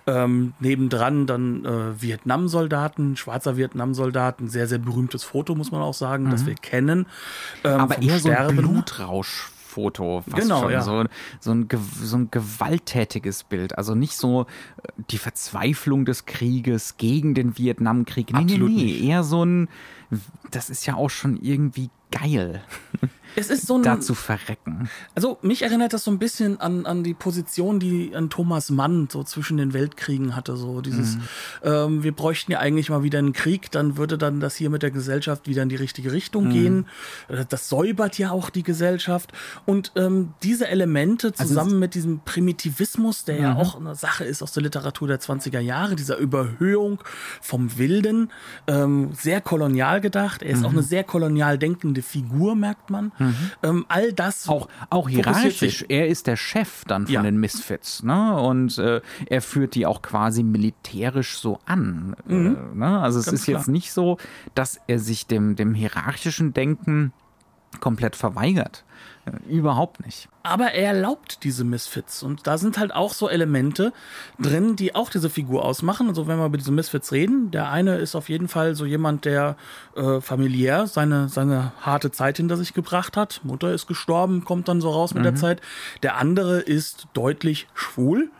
Nebendran dann Vietnamsoldaten, schwarzer Vietnamsoldaten, sehr, sehr berühmtes Foto, muss man auch sagen, das wir kennen. Aber eher so ein Blutrausch. Foto, fast genau, schon. ja. So ein gewalttätiges Bild. Also nicht so die Verzweiflung des Krieges gegen den Vietnamkrieg. Nee. Eher so ein, das ist ja auch schon irgendwie geil. Es ist so ein, da zu verrecken. Also mich erinnert das so ein bisschen an die Position, die an Thomas Mann so zwischen den Weltkriegen hatte. So dieses, wir bräuchten ja eigentlich mal wieder einen Krieg, dann würde dann das hier mit der Gesellschaft wieder in die richtige Richtung gehen. Das säubert ja auch die Gesellschaft. Und diese Elemente zusammen mit diesem Primitivismus, der ja auch eine Sache ist aus der Literatur der 20er Jahre, dieser Überhöhung vom Wilden, sehr kolonial gedacht. Er ist auch eine sehr kolonial denkende Figur, merkt man. All das auch hierarchisch. Er ist der Chef dann von den Misfits, ne? Und er führt die auch quasi militärisch so an. Ne? Also es ist jetzt nicht so, dass er sich dem hierarchischen Denken komplett verweigert. Überhaupt nicht. Aber er erlaubt diese Misfits. Und da sind halt auch so Elemente drin, die auch diese Figur ausmachen. Also wenn wir über diese Misfits reden, der eine ist auf jeden Fall so jemand, der familiär seine harte Zeit hinter sich gebracht hat. Mutter ist gestorben, kommt dann so raus mit der Zeit. Der andere ist deutlich schwul.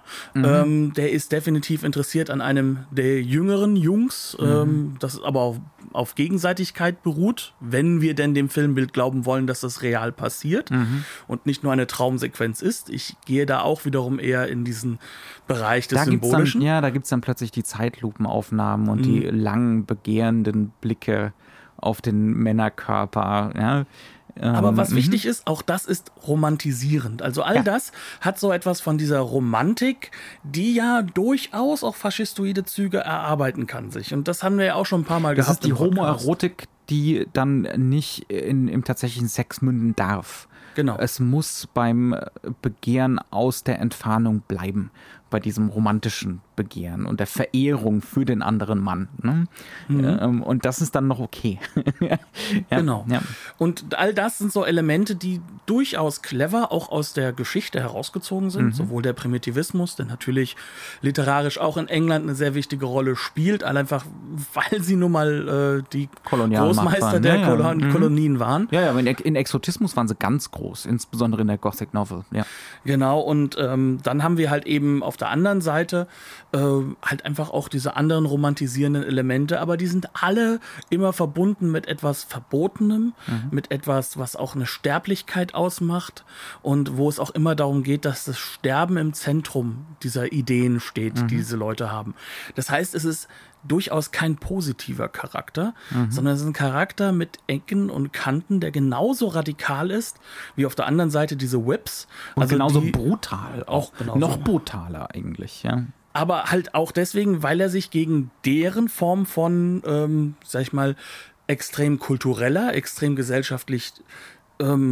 Der ist definitiv interessiert an einem der jüngeren Jungs, das aber auf Gegenseitigkeit beruht, wenn wir denn dem Filmbild glauben wollen, dass das real passiert und nicht nur eine Traumsequenz ist. Ich gehe da auch wiederum eher in diesen Bereich des Symbolischen. Da gibt es dann plötzlich die Zeitlupenaufnahmen und die langen, begehrenden Blicke auf den Männerkörper, ja. Aber was wichtig ist, auch das ist romantisierend. Also all das hat so etwas von dieser Romantik, die ja durchaus auch faschistoide Züge erarbeiten kann sich. Und das haben wir ja auch schon ein paar Mal gehabt. Das ist die Homoerotik, die dann nicht im tatsächlichen Sex münden darf. Genau. Es muss beim Begehren aus der Entfernung bleiben, bei diesem romantischen Begehren und der Verehrung für den anderen Mann. Ne? Und das ist dann noch okay. Ja, genau. Ja. Und all das sind so Elemente, die durchaus clever auch aus der Geschichte herausgezogen sind. Sowohl der Primitivismus, der natürlich literarisch auch in England eine sehr wichtige Rolle spielt, einfach weil sie nun mal die Großmeister der Kolonien waren. Ja, in Exotismus waren sie ganz groß, insbesondere in der Gothic Novel. Ja. Genau, und dann haben wir halt eben auf der anderen Seite halt einfach auch diese anderen romantisierenden Elemente, aber die sind alle immer verbunden mit etwas Verbotenem, mit etwas, was auch eine Sterblichkeit ausmacht und wo es auch immer darum geht, dass das Sterben im Zentrum dieser Ideen steht, die diese Leute haben. Das heißt, es ist durchaus kein positiver Charakter, sondern es ist ein Charakter mit Ecken und Kanten, der genauso radikal ist, wie auf der anderen Seite diese Whips. Und also genauso brutal. Auch genauso. Noch brutaler eigentlich, ja. Aber halt auch deswegen, weil er sich gegen deren Form von, sag ich mal, extrem kultureller, extrem gesellschaftlich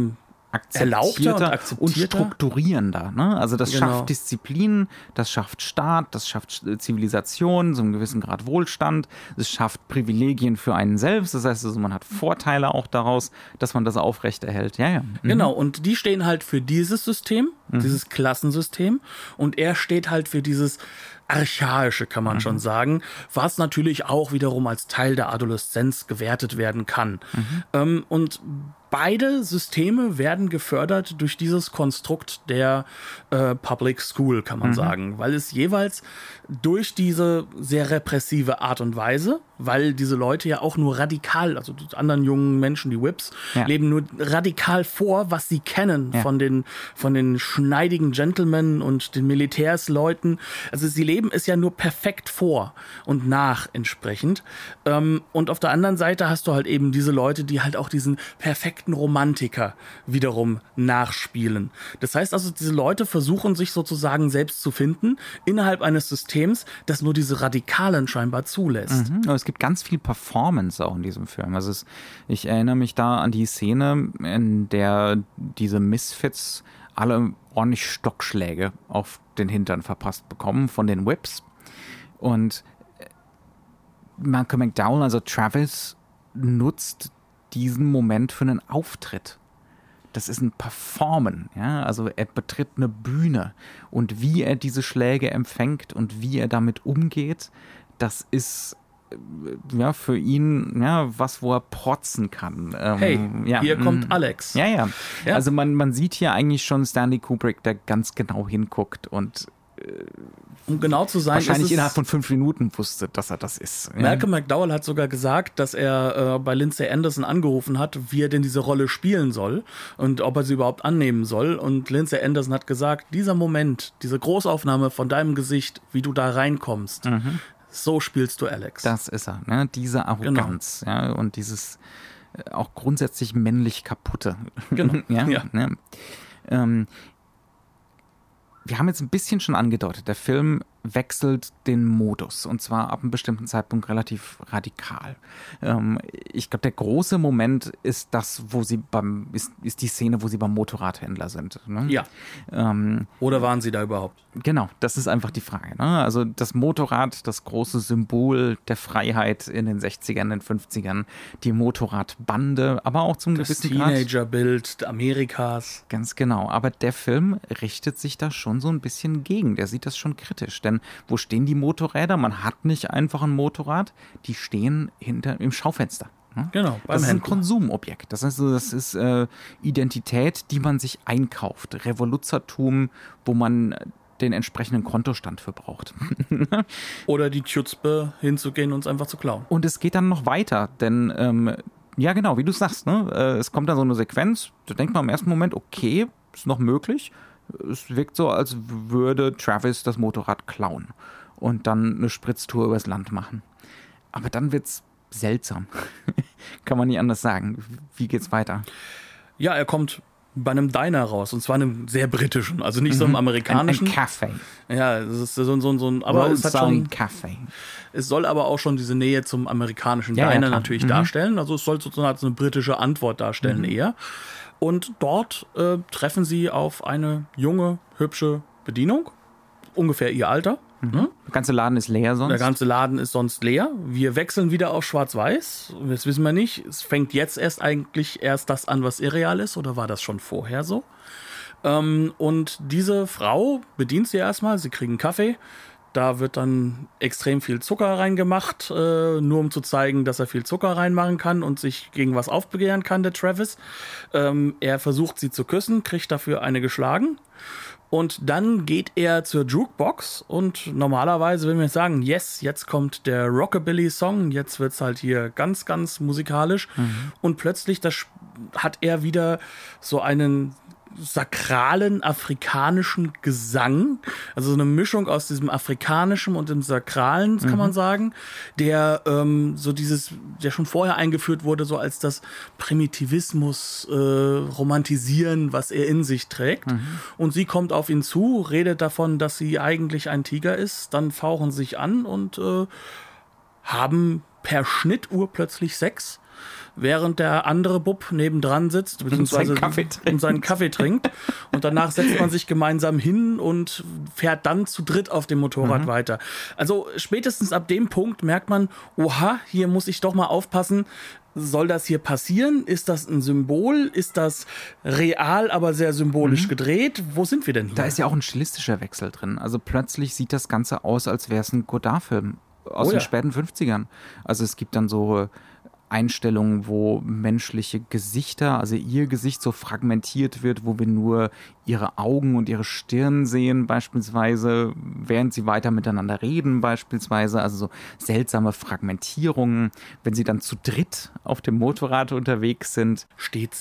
akzeptierter und strukturierender. Ne? Also das schafft Disziplin, das schafft Staat, das schafft Zivilisation, so einen gewissen Grad Wohlstand, es schafft Privilegien für einen selbst, das heißt, also man hat Vorteile auch daraus, dass man das aufrechterhält. Ja. Genau, und die stehen halt für dieses System, dieses Klassensystem, und er steht halt für dieses Archaische, kann man schon sagen, was natürlich auch wiederum als Teil der Adoleszenz gewertet werden kann. Und beide Systeme werden gefördert durch dieses Konstrukt der Public School, kann man sagen, weil es jeweils durch diese sehr repressive Art und Weise, weil diese Leute ja auch nur radikal, also die anderen jungen Menschen, die Whips, leben nur radikal vor, was sie kennen von den schneidigen Gentlemen und den Militärsleuten. Also sie leben es ja nur perfekt vor und nach entsprechend. Und auf der anderen Seite hast du halt eben diese Leute, die halt auch diesen perfekten Romantiker wiederum nachspielen. Das heißt also, diese Leute versuchen sich sozusagen selbst zu finden innerhalb eines Systems, das nur diese Radikalen scheinbar zulässt. Aber es gibt ganz viel Performance auch in diesem Film. Also ich erinnere mich da an die Szene, in der diese Misfits alle ordentlich Stockschläge auf den Hintern verpasst bekommen von den Whips. Und Malcolm McDowell, also Travis, nutzt diesen Moment für einen Auftritt. Das ist ein Performen, ja, also er betritt eine Bühne und wie er diese Schläge empfängt und wie er damit umgeht, das ist ja für ihn was, wo er protzen kann. Hier kommt Alex. Ja. Also man sieht hier eigentlich schon Stanley Kubrick, der ganz genau hinguckt und um genau zu sein, wahrscheinlich innerhalb von 5 Minuten wusste, dass er das ist. Malcolm McDowell hat sogar gesagt, dass er bei Lindsay Anderson angerufen hat, wie er denn diese Rolle spielen soll und ob er sie überhaupt annehmen soll. Und Lindsay Anderson hat gesagt, dieser Moment, diese Großaufnahme von deinem Gesicht, wie du da reinkommst, so spielst du Alex. Das ist er, ne? Diese Arroganz, und dieses auch grundsätzlich männlich Kaputte. Genau. Wir haben jetzt ein bisschen schon angedeutet, der Film wechselt den Modus und zwar ab einem bestimmten Zeitpunkt relativ radikal. Ich glaube, der große Moment ist das, wo sie ist die Szene, wo sie beim Motorradhändler sind. Ne? Ja. Oder waren sie da überhaupt? Genau, das ist einfach die Frage. Ne? Also das Motorrad, das große Symbol der Freiheit in den 60ern, den 50ern, die Motorradbande, aber auch zum gewissen Grad. Das Teenagerbild Amerikas. Ganz genau, aber der Film richtet sich da schon so ein bisschen gegen. Der sieht das schon kritisch, denn wo stehen die Motorräder? Man hat nicht einfach ein Motorrad, die stehen im Schaufenster. Genau, das ist ein Konsumobjekt. Das heißt, das ist Identität, die man sich einkauft. Revoluzertum, wo man den entsprechenden Kontostand für braucht. Oder die Chutzpe hinzugehen und es einfach zu klauen. Und es geht dann noch weiter, denn ja genau, wie du sagst, ne? Es kommt dann so eine Sequenz, da denkt man im ersten Moment, okay, ist noch möglich. Es wirkt so, als würde Travis das Motorrad klauen und dann eine Spritztour übers Land machen. Aber dann wird's seltsam. Kann man nicht anders sagen. Wie geht's weiter? Ja, er kommt bei einem Diner raus, und zwar einem sehr britischen, also nicht so einem amerikanischen. Ein Café. Ja, es ist so ein aber es hat schon Café. Es soll aber auch schon diese Nähe zum amerikanischen Diner natürlich darstellen. Also es soll sozusagen eine britische Antwort darstellen eher. Und dort treffen sie auf eine junge, hübsche Bedienung, ungefähr ihr Alter. Der ganze Laden ist leer sonst. Der ganze Laden ist sonst leer. Wir wechseln wieder auf Schwarz-Weiß. Das wissen wir nicht. Es fängt jetzt erst das an, was irreal ist, oder war das schon vorher so? Und diese Frau bedient sie erstmal. Sie kriegen Kaffee. Da wird dann extrem viel Zucker reingemacht, nur um zu zeigen, dass er viel Zucker reinmachen kann und sich gegen was aufbegehren kann, der Travis. Er versucht, sie zu küssen, kriegt dafür eine geschlagen. Und dann geht er zur Jukebox und normalerweise würden wir sagen, yes, jetzt kommt der Rockabilly-Song, jetzt wird's halt hier ganz, ganz musikalisch. Und plötzlich hat er wieder so einen sakralen afrikanischen Gesang, also so eine Mischung aus diesem afrikanischen und dem sakralen, kann man sagen, der der schon vorher eingeführt wurde, so als das Primitivismus romantisieren, was er in sich trägt. Und sie kommt auf ihn zu, redet davon, dass sie eigentlich ein Tiger ist, dann fauchen sie sich an und haben per Schnittuhr plötzlich Sex, während der andere Bub nebendran sitzt, beziehungsweise seinen Kaffee trinkt. Und danach setzt man sich gemeinsam hin und fährt dann zu dritt auf dem Motorrad weiter. Also spätestens ab dem Punkt merkt man, oha, hier muss ich doch mal aufpassen. Soll das hier passieren? Ist das ein Symbol? Ist das real, aber sehr symbolisch gedreht? Wo sind wir denn hier? Da ist ja auch ein stilistischer Wechsel drin. Also plötzlich sieht das Ganze aus, als wäre es ein Godard-Film aus den späten 50ern. Also es gibt dann so Einstellungen, wo menschliche Gesichter, also ihr Gesicht so fragmentiert wird, wo wir nur ihre Augen und ihre Stirn sehen beispielsweise, während sie weiter miteinander reden beispielsweise, also so seltsame Fragmentierungen. Wenn sie dann zu dritt auf dem Motorrad unterwegs sind, steht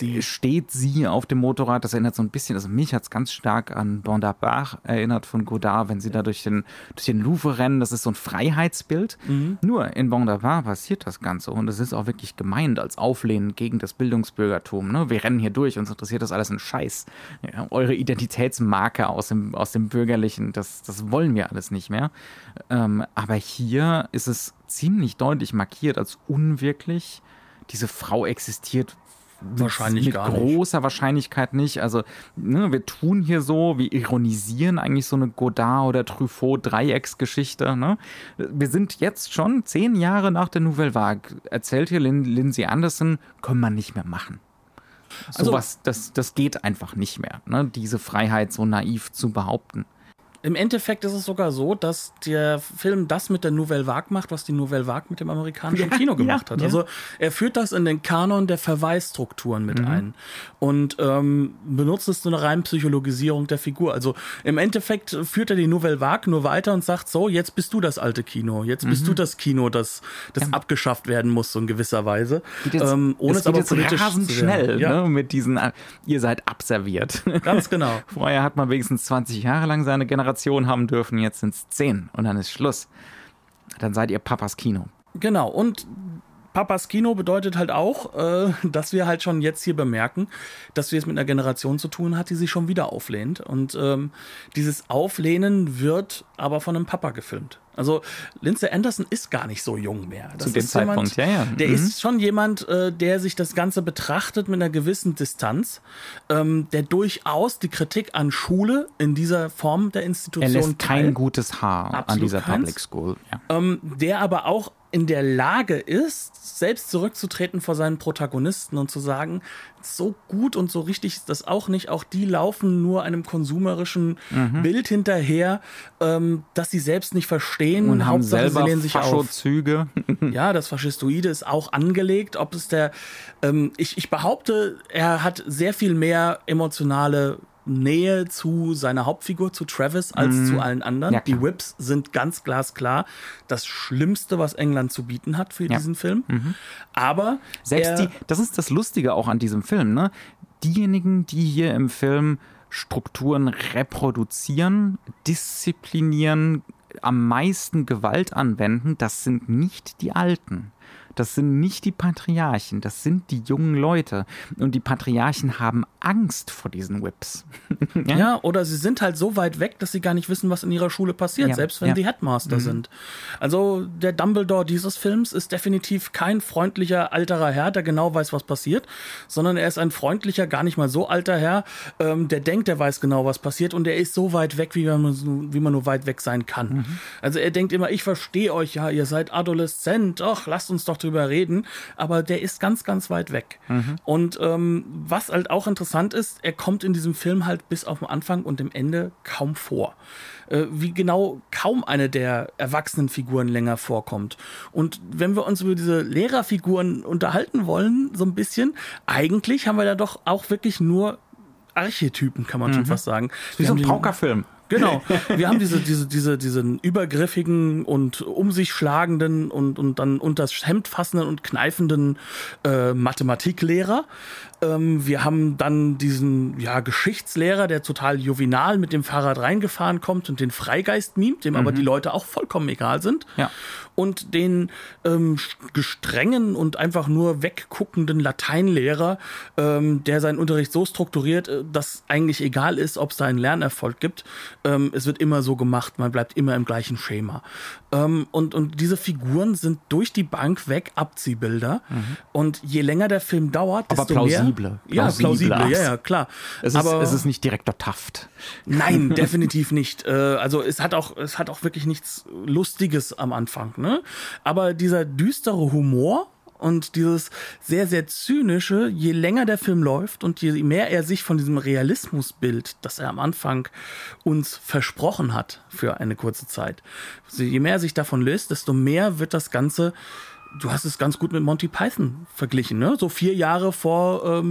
sie auf dem Motorrad. Das erinnert so ein bisschen, also mich hat es ganz stark an Bondapart erinnert von Godard, wenn sie da durch den Louvre rennen. Das ist so ein Freiheitsbild. Nur in Bondapart passiert das Ganze und es ist auch wirklich gemeint als Auflehnen gegen das Bildungsbürgertum. Ne? Wir rennen hier durch, uns interessiert das alles ein Scheiß. Ja, eure Identitätsmarke aus dem Bürgerlichen, das wollen wir alles nicht mehr. Aber hier ist es ziemlich deutlich markiert als unwirklich. Diese Frau existiert wahrscheinlich mit gar nicht. Großer Wahrscheinlichkeit nicht. Also wir tun hier so, wir ironisieren eigentlich so eine Godard- oder Truffaut-Dreiecksgeschichte. Ne? Wir sind jetzt schon 10 Jahre nach der Nouvelle Vague. Erzählt hier Lindsay Anderson, können wir nicht mehr machen. Sowas, das geht einfach nicht mehr, ne? Diese Freiheit so naiv zu behaupten. Im Endeffekt ist es sogar so, dass der Film das mit der Nouvelle Vague macht, was die Nouvelle Vague mit dem amerikanischen Kino gemacht hat. Also er führt das in den Kanon der Verweisstrukturen mit ein und benutzt es zu einer reinen Psychologisierung der Figur. Also im Endeffekt führt er die Nouvelle Vague nur weiter und sagt so, jetzt bist du das alte Kino, jetzt bist du das Kino, das abgeschafft werden muss, so in gewisser Weise. Ohne es aber politisch rasend schnell, ne, mit diesen, ihr seid abserviert. Ganz genau. Vorher hat man wenigstens 20 Jahre lang seine Generation haben dürfen, jetzt sind es 10 und dann ist Schluss. Dann seid ihr Papas Kino. Genau, und Papas Kino bedeutet halt auch, dass wir halt schon jetzt hier bemerken, dass wir es mit einer Generation zu tun hat, die sich schon wieder auflehnt. Und dieses Auflehnen wird aber von einem Papa gefilmt. Also Lindsay Anderson ist gar nicht so jung mehr. Das zu dem Zeitpunkt, Der ist schon jemand, der sich das Ganze betrachtet mit einer gewissen Distanz, der durchaus die Kritik an Schule in dieser Form der Institution er lässt kein gutes Haar an dieser Public School. Ja. Der aber auch in der Lage ist, selbst zurückzutreten vor seinen Protagonisten und zu sagen, so gut und so richtig ist das auch nicht. Auch die laufen nur einem konsumerischen Bild hinterher, das sie selbst nicht verstehen. Und haben Hauptsache, selber sie lehnen sich Faschozüge. Ja, das Faschistoide ist auch angelegt. Ob es ich behaupte, er hat sehr viel mehr emotionale Nähe zu seiner Hauptfigur, zu Travis, als zu allen anderen. Ja, die Whips sind ganz glasklar das Schlimmste, was England zu bieten hat für diesen Film. Aber selbst das ist das Lustige auch an diesem Film, ne? Diejenigen, die hier im Film Strukturen reproduzieren, disziplinieren, am meisten Gewalt anwenden, das sind nicht die Alten. Das sind nicht die Patriarchen, das sind die jungen Leute. Und die Patriarchen haben Angst vor diesen Whips. Ja, oder sie sind halt so weit weg, dass sie gar nicht wissen, was in ihrer Schule passiert, selbst wenn sie Headmaster sind. Also der Dumbledore dieses Films ist definitiv kein freundlicher alterer Herr, der genau weiß, was passiert, sondern er ist ein freundlicher, gar nicht mal so alter Herr, der denkt, er weiß genau, was passiert und er ist so weit weg, wie man nur weit weg sein kann. Also er denkt immer, ich verstehe euch ja, ihr seid Adoleszent, ach, lasst uns doch drüber reden, aber der ist ganz, ganz weit weg. Und was halt auch interessant ist, er kommt in diesem Film halt bis auf den Anfang und dem Ende kaum vor. Wie genau kaum eine der erwachsenen Figuren länger vorkommt. Und wenn wir uns über diese Lehrerfiguren unterhalten wollen, so ein bisschen, eigentlich haben wir da doch auch wirklich nur Archetypen, kann man schon fast sagen. Wie so ein Paukerfilm. Genau. Wir haben diesen übergriffigen und um sich schlagenden und dann unters Hemd fassenden und kneifenden Mathematiklehrer. Wir haben dann diesen Geschichtslehrer, der total jovial mit dem Fahrrad reingefahren kommt und den Freigeist mimt, dem aber die Leute auch vollkommen egal sind. Ja. Und den gestrengen und einfach nur wegguckenden Lateinlehrer, der seinen Unterricht so strukturiert, dass eigentlich egal ist, ob es da einen Lernerfolg gibt. Es wird immer so gemacht, man bleibt immer im gleichen Schema. Und diese Figuren sind durch die Bank weg Abziehbilder. Und je länger der Film dauert, desto plausible. mehr... Ja, plausible, ja, klar. Es ist nicht Direktor Taft. Nein, definitiv nicht. Also es hat auch wirklich nichts Lustiges am Anfang. Ne? Aber dieser düstere Humor und dieses sehr, sehr zynische, je länger der Film läuft und je mehr er sich von diesem Realismusbild, das er am Anfang uns versprochen hat für eine kurze Zeit, je mehr er sich davon löst, desto mehr wird das Ganze, du hast es ganz gut mit Monty Python verglichen, ne? So 4 Jahre vor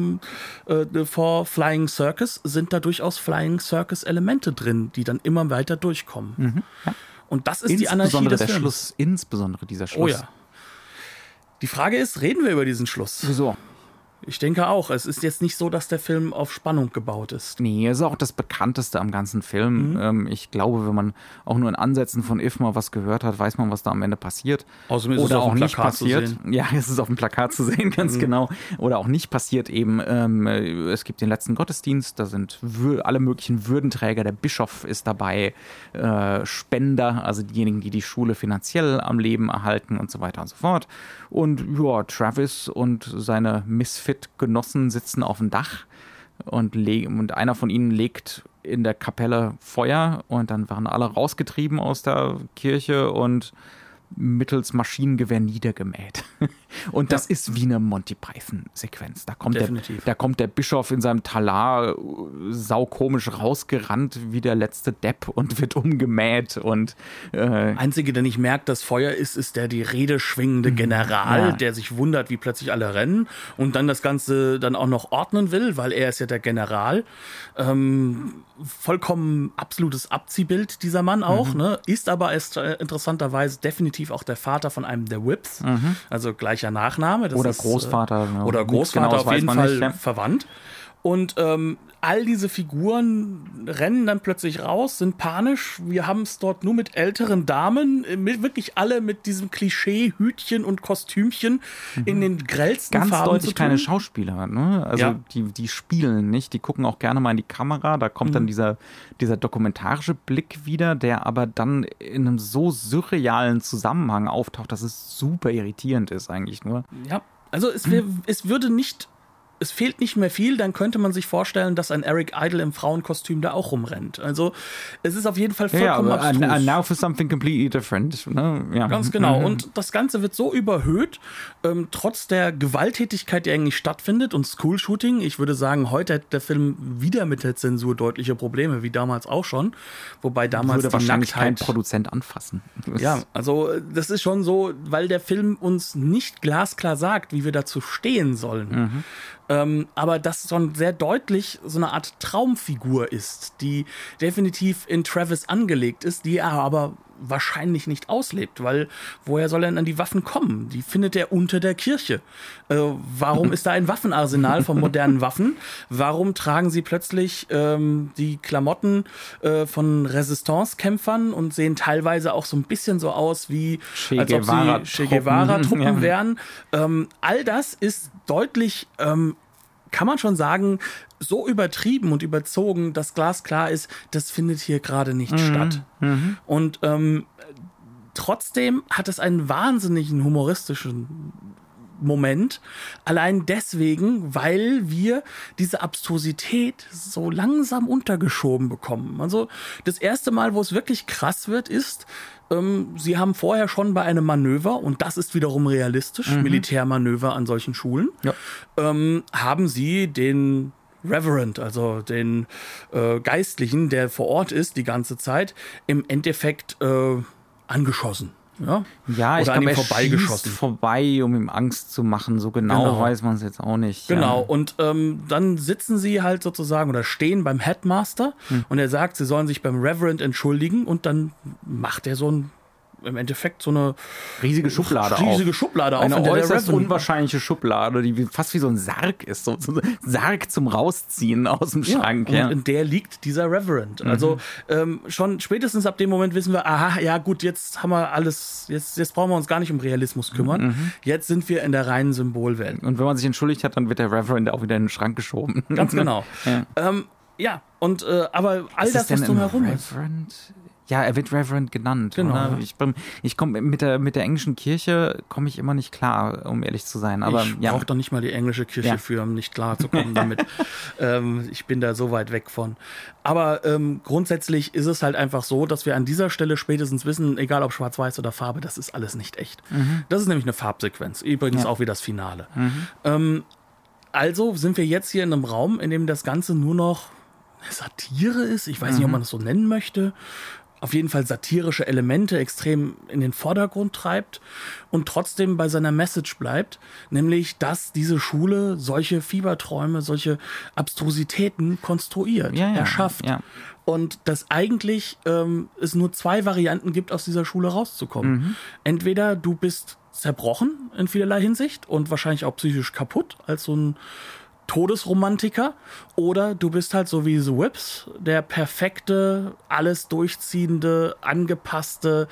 Flying Circus sind da durchaus Flying Circus Elemente drin, die dann immer weiter durchkommen. Ja. Und das ist die Anarchie des Films. Insbesondere dieser Schluss. Oh ja. Die Frage ist, reden wir über diesen Schluss? Wieso? Ich denke auch. Es ist jetzt nicht so, dass der Film auf Spannung gebaut ist. Nee, es ist auch das Bekannteste am ganzen Film. Ich glaube, wenn man auch nur in Ansätzen von If mal was gehört hat, weiß man, was da am Ende passiert. Außerdem ist oder es auf auch dem nicht Plakat passiert. zu sehen. Ja, es ist auf dem Plakat zu sehen, ganz genau. Oder auch nicht passiert eben. Es gibt den letzten Gottesdienst, da sind alle möglichen Würdenträger. Der Bischof ist dabei, Spender, also diejenigen, die die Schule finanziell am Leben erhalten und so weiter und so fort. Und ja, Travis und seine Misfit-Genossen sitzen auf dem Dach und einer von ihnen legt in der Kapelle Feuer und dann werden alle rausgetrieben aus der Kirche und mittels Maschinengewehr niedergemäht. Und das ist wie eine Monty Python-Sequenz. Da kommt der Bischof in seinem Talar saukomisch rausgerannt wie der letzte Depp und wird umgemäht. Und Einzige, der nicht merkt, dass Feuer ist der die Rede schwingende General, der sich wundert, wie plötzlich alle rennen und dann das Ganze dann auch noch ordnen will, weil er ist ja der General. Vollkommen absolutes Abziehbild, dieser Mann auch, ne? Ist aber interessanterweise definitiv auch der Vater von einem der Whips, also gleicher Nachname. Das oder ist, Großvater. Oder Großvater, genau, auf jeden Fall nicht, ja. verwandt. Und all diese Figuren rennen dann plötzlich raus, sind panisch. Wir haben es dort nur mit älteren Damen, wirklich alle mit diesem Klischee-Hütchen und Kostümchen in den grellsten ganz Farben deutlich zu tun. keine Schauspieler, ne? Also Ja. die spielen nicht, die gucken auch gerne mal in die Kamera, da kommt dann dieser dokumentarische Blick wieder, der aber dann in einem so surrealen Zusammenhang auftaucht, dass es super irritierend ist eigentlich nur. Ja, also es fehlt nicht mehr viel, dann könnte man sich vorstellen, dass ein Eric Idle im Frauenkostüm da auch rumrennt. Also es ist auf jeden Fall vollkommen abstrus. And now for something completely different. Ne? Ja. Ganz genau. Und das Ganze wird so überhöht, trotz der Gewalttätigkeit, die eigentlich stattfindet und School-Shooting. Ich würde sagen, heute hat der Film wieder mit der Zensur deutliche Probleme, wie damals auch schon. Wobei damals würde die wahrscheinlich kein Nacktheit... Produzent anfassen. Ja, also das ist schon so, weil der Film uns nicht glasklar sagt, wie wir dazu stehen sollen. Aber das schon sehr deutlich so eine Art Traumfigur ist, die definitiv in Travis angelegt ist, die er aber wahrscheinlich nicht auslebt, weil woher soll er denn an die Waffen kommen? Die findet er unter der Kirche. Warum ist da ein Waffenarsenal von modernen Waffen? Warum tragen sie plötzlich die Klamotten von Resistance-Kämpfern und sehen teilweise auch so ein bisschen so aus wie als ob sie Che Guevara-Truppen wären? All das ist deutlich, kann man schon sagen, so übertrieben und überzogen, dass glasklar ist, das findet hier gerade nicht statt. Und trotzdem hat es einen wahnsinnigen humoristischen Moment, allein deswegen, weil wir diese Abstrusität so langsam untergeschoben bekommen. Also das erste Mal, wo es wirklich krass wird, ist, sie haben vorher schon bei einem Manöver, und das ist wiederum realistisch, Militärmanöver an solchen Schulen, haben sie den Reverend, also den Geistlichen, der vor Ort ist die ganze Zeit, im Endeffekt angeschossen. Ja, ich glaube, er schießt vorbei, um ihm Angst zu machen. So genau weiß man es jetzt auch nicht. Genau, und dann sitzen sie halt sozusagen oder stehen beim Headmaster und er sagt, sie sollen sich beim Reverend entschuldigen, und dann macht er im Endeffekt so eine riesige Schublade auf. Eine äußerst unwahrscheinliche Schublade, die fast wie so ein Sarg ist. So ein Sarg zum Rausziehen aus dem Schrank. Und in der liegt dieser Reverend. Also schon spätestens ab dem Moment wissen wir, aha, ja gut, jetzt haben wir alles, jetzt brauchen wir uns gar nicht um Realismus kümmern. Jetzt sind wir in der reinen Symbolwelt. Und wenn man sich entschuldigt hat, dann wird der Reverend auch wieder in den Schrank geschoben. Ganz genau. Aber all das, was drumherum ist. Ja, er wird Reverend genannt. Genau. Oder? Ich komme mit der englischen Kirche komme ich immer nicht klar, um ehrlich zu sein. Aber ich brauche doch nicht mal die englische Kirche für, um nicht klar zu kommen damit. Ich bin da so weit weg von. Aber grundsätzlich ist es halt einfach so, dass wir an dieser Stelle spätestens wissen, egal ob schwarz-weiß oder Farbe, das ist alles nicht echt. Das ist nämlich eine Farbsequenz. Übrigens auch wie das Finale. Also sind wir jetzt hier in einem Raum, in dem das Ganze nur noch Satire ist. Ich weiß nicht, ob man das so nennen möchte. Auf jeden Fall satirische Elemente extrem in den Vordergrund treibt und trotzdem bei seiner Message bleibt, nämlich, dass diese Schule solche Fieberträume, solche Abstrusitäten konstruiert, erschafft. Ja. Und dass eigentlich es nur 2 Varianten gibt, aus dieser Schule rauszukommen. Entweder du bist zerbrochen in vielerlei Hinsicht und wahrscheinlich auch psychisch kaputt als so ein Todesromantiker, oder du bist halt so wie The Whips, der perfekte, alles durchziehende, angepasste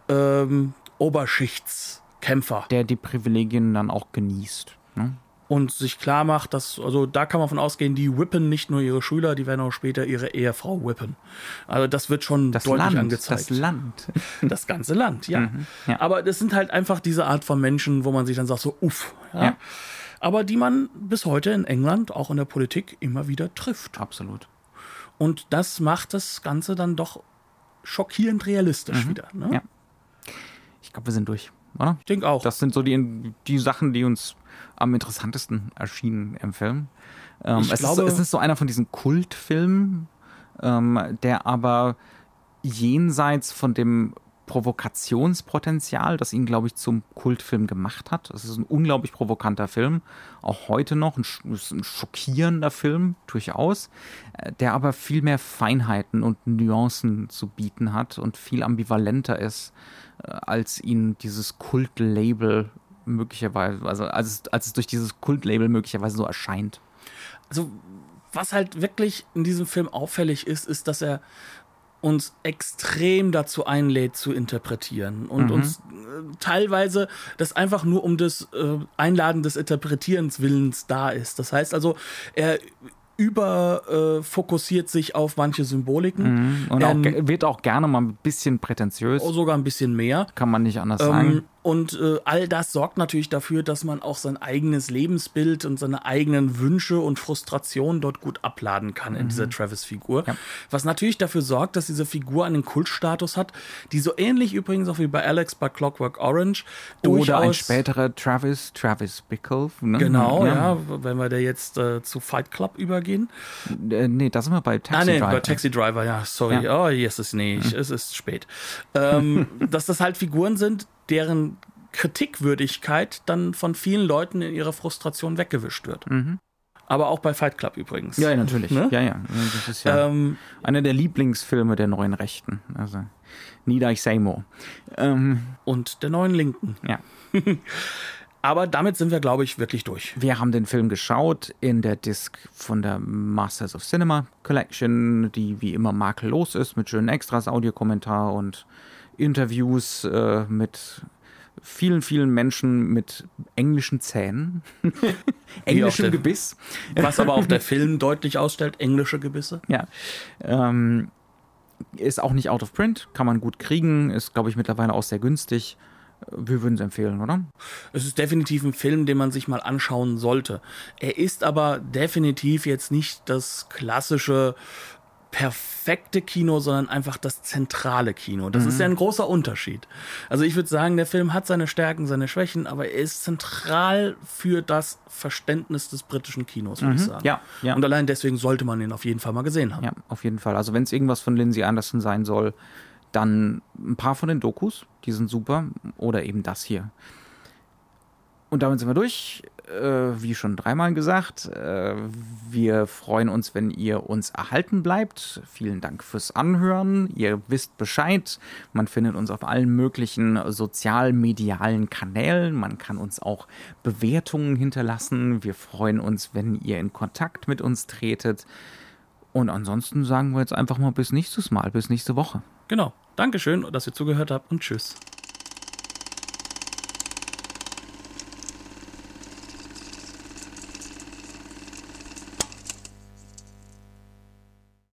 Oberschichtskämpfer. Der die Privilegien dann auch genießt. Ne? Und sich klar macht, dass, also da kann man von ausgehen, die whippen nicht nur ihre Schüler, die werden auch später ihre Ehefrau whippen. Also das wird schon deutlich angezeigt. Das Land. Das ganze Land, ja. Ja. Aber das sind halt einfach diese Art von Menschen, wo man sich dann sagt so, uff, ja. Aber die man bis heute in England, auch in der Politik, immer wieder trifft. Absolut. Und das macht das Ganze dann doch schockierend realistisch wieder. Ne? Ja. Ich glaube, wir sind durch, oder? Ich denke auch. Das sind so die Sachen, die uns am interessantesten erschienen im Film. Es ist so einer von diesen Kultfilmen, der aber jenseits von dem Provokationspotenzial, das ihn, glaube ich, zum Kultfilm gemacht hat. Es ist ein unglaublich provokanter Film, auch heute noch, ein schockierender Film, durchaus, der aber viel mehr Feinheiten und Nuancen zu bieten hat und viel ambivalenter ist, als ihn dieses Kultlabel möglicherweise, also als es durch dieses Kultlabel möglicherweise so erscheint. Also, was halt wirklich in diesem Film auffällig ist, ist, dass er uns extrem dazu einlädt, zu interpretieren und uns teilweise das einfach nur um des Einladen des Interpretierens Willens da ist. Das heißt also, er fokussiert sich auf manche Symboliken. Und wird auch gerne mal ein bisschen prätentiös. Sogar ein bisschen mehr. Kann man nicht anders sagen. Und all das sorgt natürlich dafür, dass man auch sein eigenes Lebensbild und seine eigenen Wünsche und Frustrationen dort gut abladen kann in dieser Travis-Figur. Ja. Was natürlich dafür sorgt, dass diese Figur einen Kultstatus hat, die so ähnlich übrigens auch wie bei Alex bei Clockwork Orange oder ein späterer Travis Bickle. Ne? Genau, ja, wenn wir da jetzt zu Fight Club übergehen. Nee, da sind wir bei Taxi Driver. Bei Taxi Driver, ja, sorry. Ja. Oh, yes, es ist spät. Dass das halt Figuren sind, deren Kritikwürdigkeit dann von vielen Leuten in ihrer Frustration weggewischt wird. Aber auch bei Fight Club übrigens. Ja, natürlich. Ne? Ja. Das ist ja einer der Lieblingsfilme der neuen Rechten. Also, Need I Say More. Und der neuen Linken. Ja. Aber damit sind wir, glaube ich, wirklich durch. Wir haben den Film geschaut in der Disc von der Masters of Cinema Collection, die wie immer makellos ist, mit schönen Extras, Audiokommentar und Interviews mit vielen, vielen Menschen mit englischen Zähnen. Englischem Gebiss. Was aber auch der Film deutlich ausstellt, englische Gebisse. Ja. Ist auch nicht out of print, kann man gut kriegen, ist, glaube ich, mittlerweile auch sehr günstig. Wir würden es empfehlen, oder? Es ist definitiv ein Film, den man sich mal anschauen sollte. Er ist aber definitiv jetzt nicht das klassische perfekte Kino, sondern einfach das zentrale Kino. Das ist ja ein großer Unterschied. Also ich würde sagen, der Film hat seine Stärken, seine Schwächen, aber er ist zentral für das Verständnis des britischen Kinos, würde ich sagen. Ja. Und allein deswegen sollte man ihn auf jeden Fall mal gesehen haben. Ja, auf jeden Fall. Also wenn es irgendwas von Lindsay Anderson sein soll, dann ein paar von den Dokus, die sind super, oder eben das hier. Und damit sind wir durch. Wie schon 3-mal gesagt, wir freuen uns, wenn ihr uns erhalten bleibt. Vielen Dank fürs Anhören. Ihr wisst Bescheid. Man findet uns auf allen möglichen sozial-medialen Kanälen. Man kann uns auch Bewertungen hinterlassen. Wir freuen uns, wenn ihr in Kontakt mit uns tretet. Und ansonsten sagen wir jetzt einfach mal bis nächstes Mal, bis nächste Woche. Genau. Dankeschön, dass ihr zugehört habt und tschüss.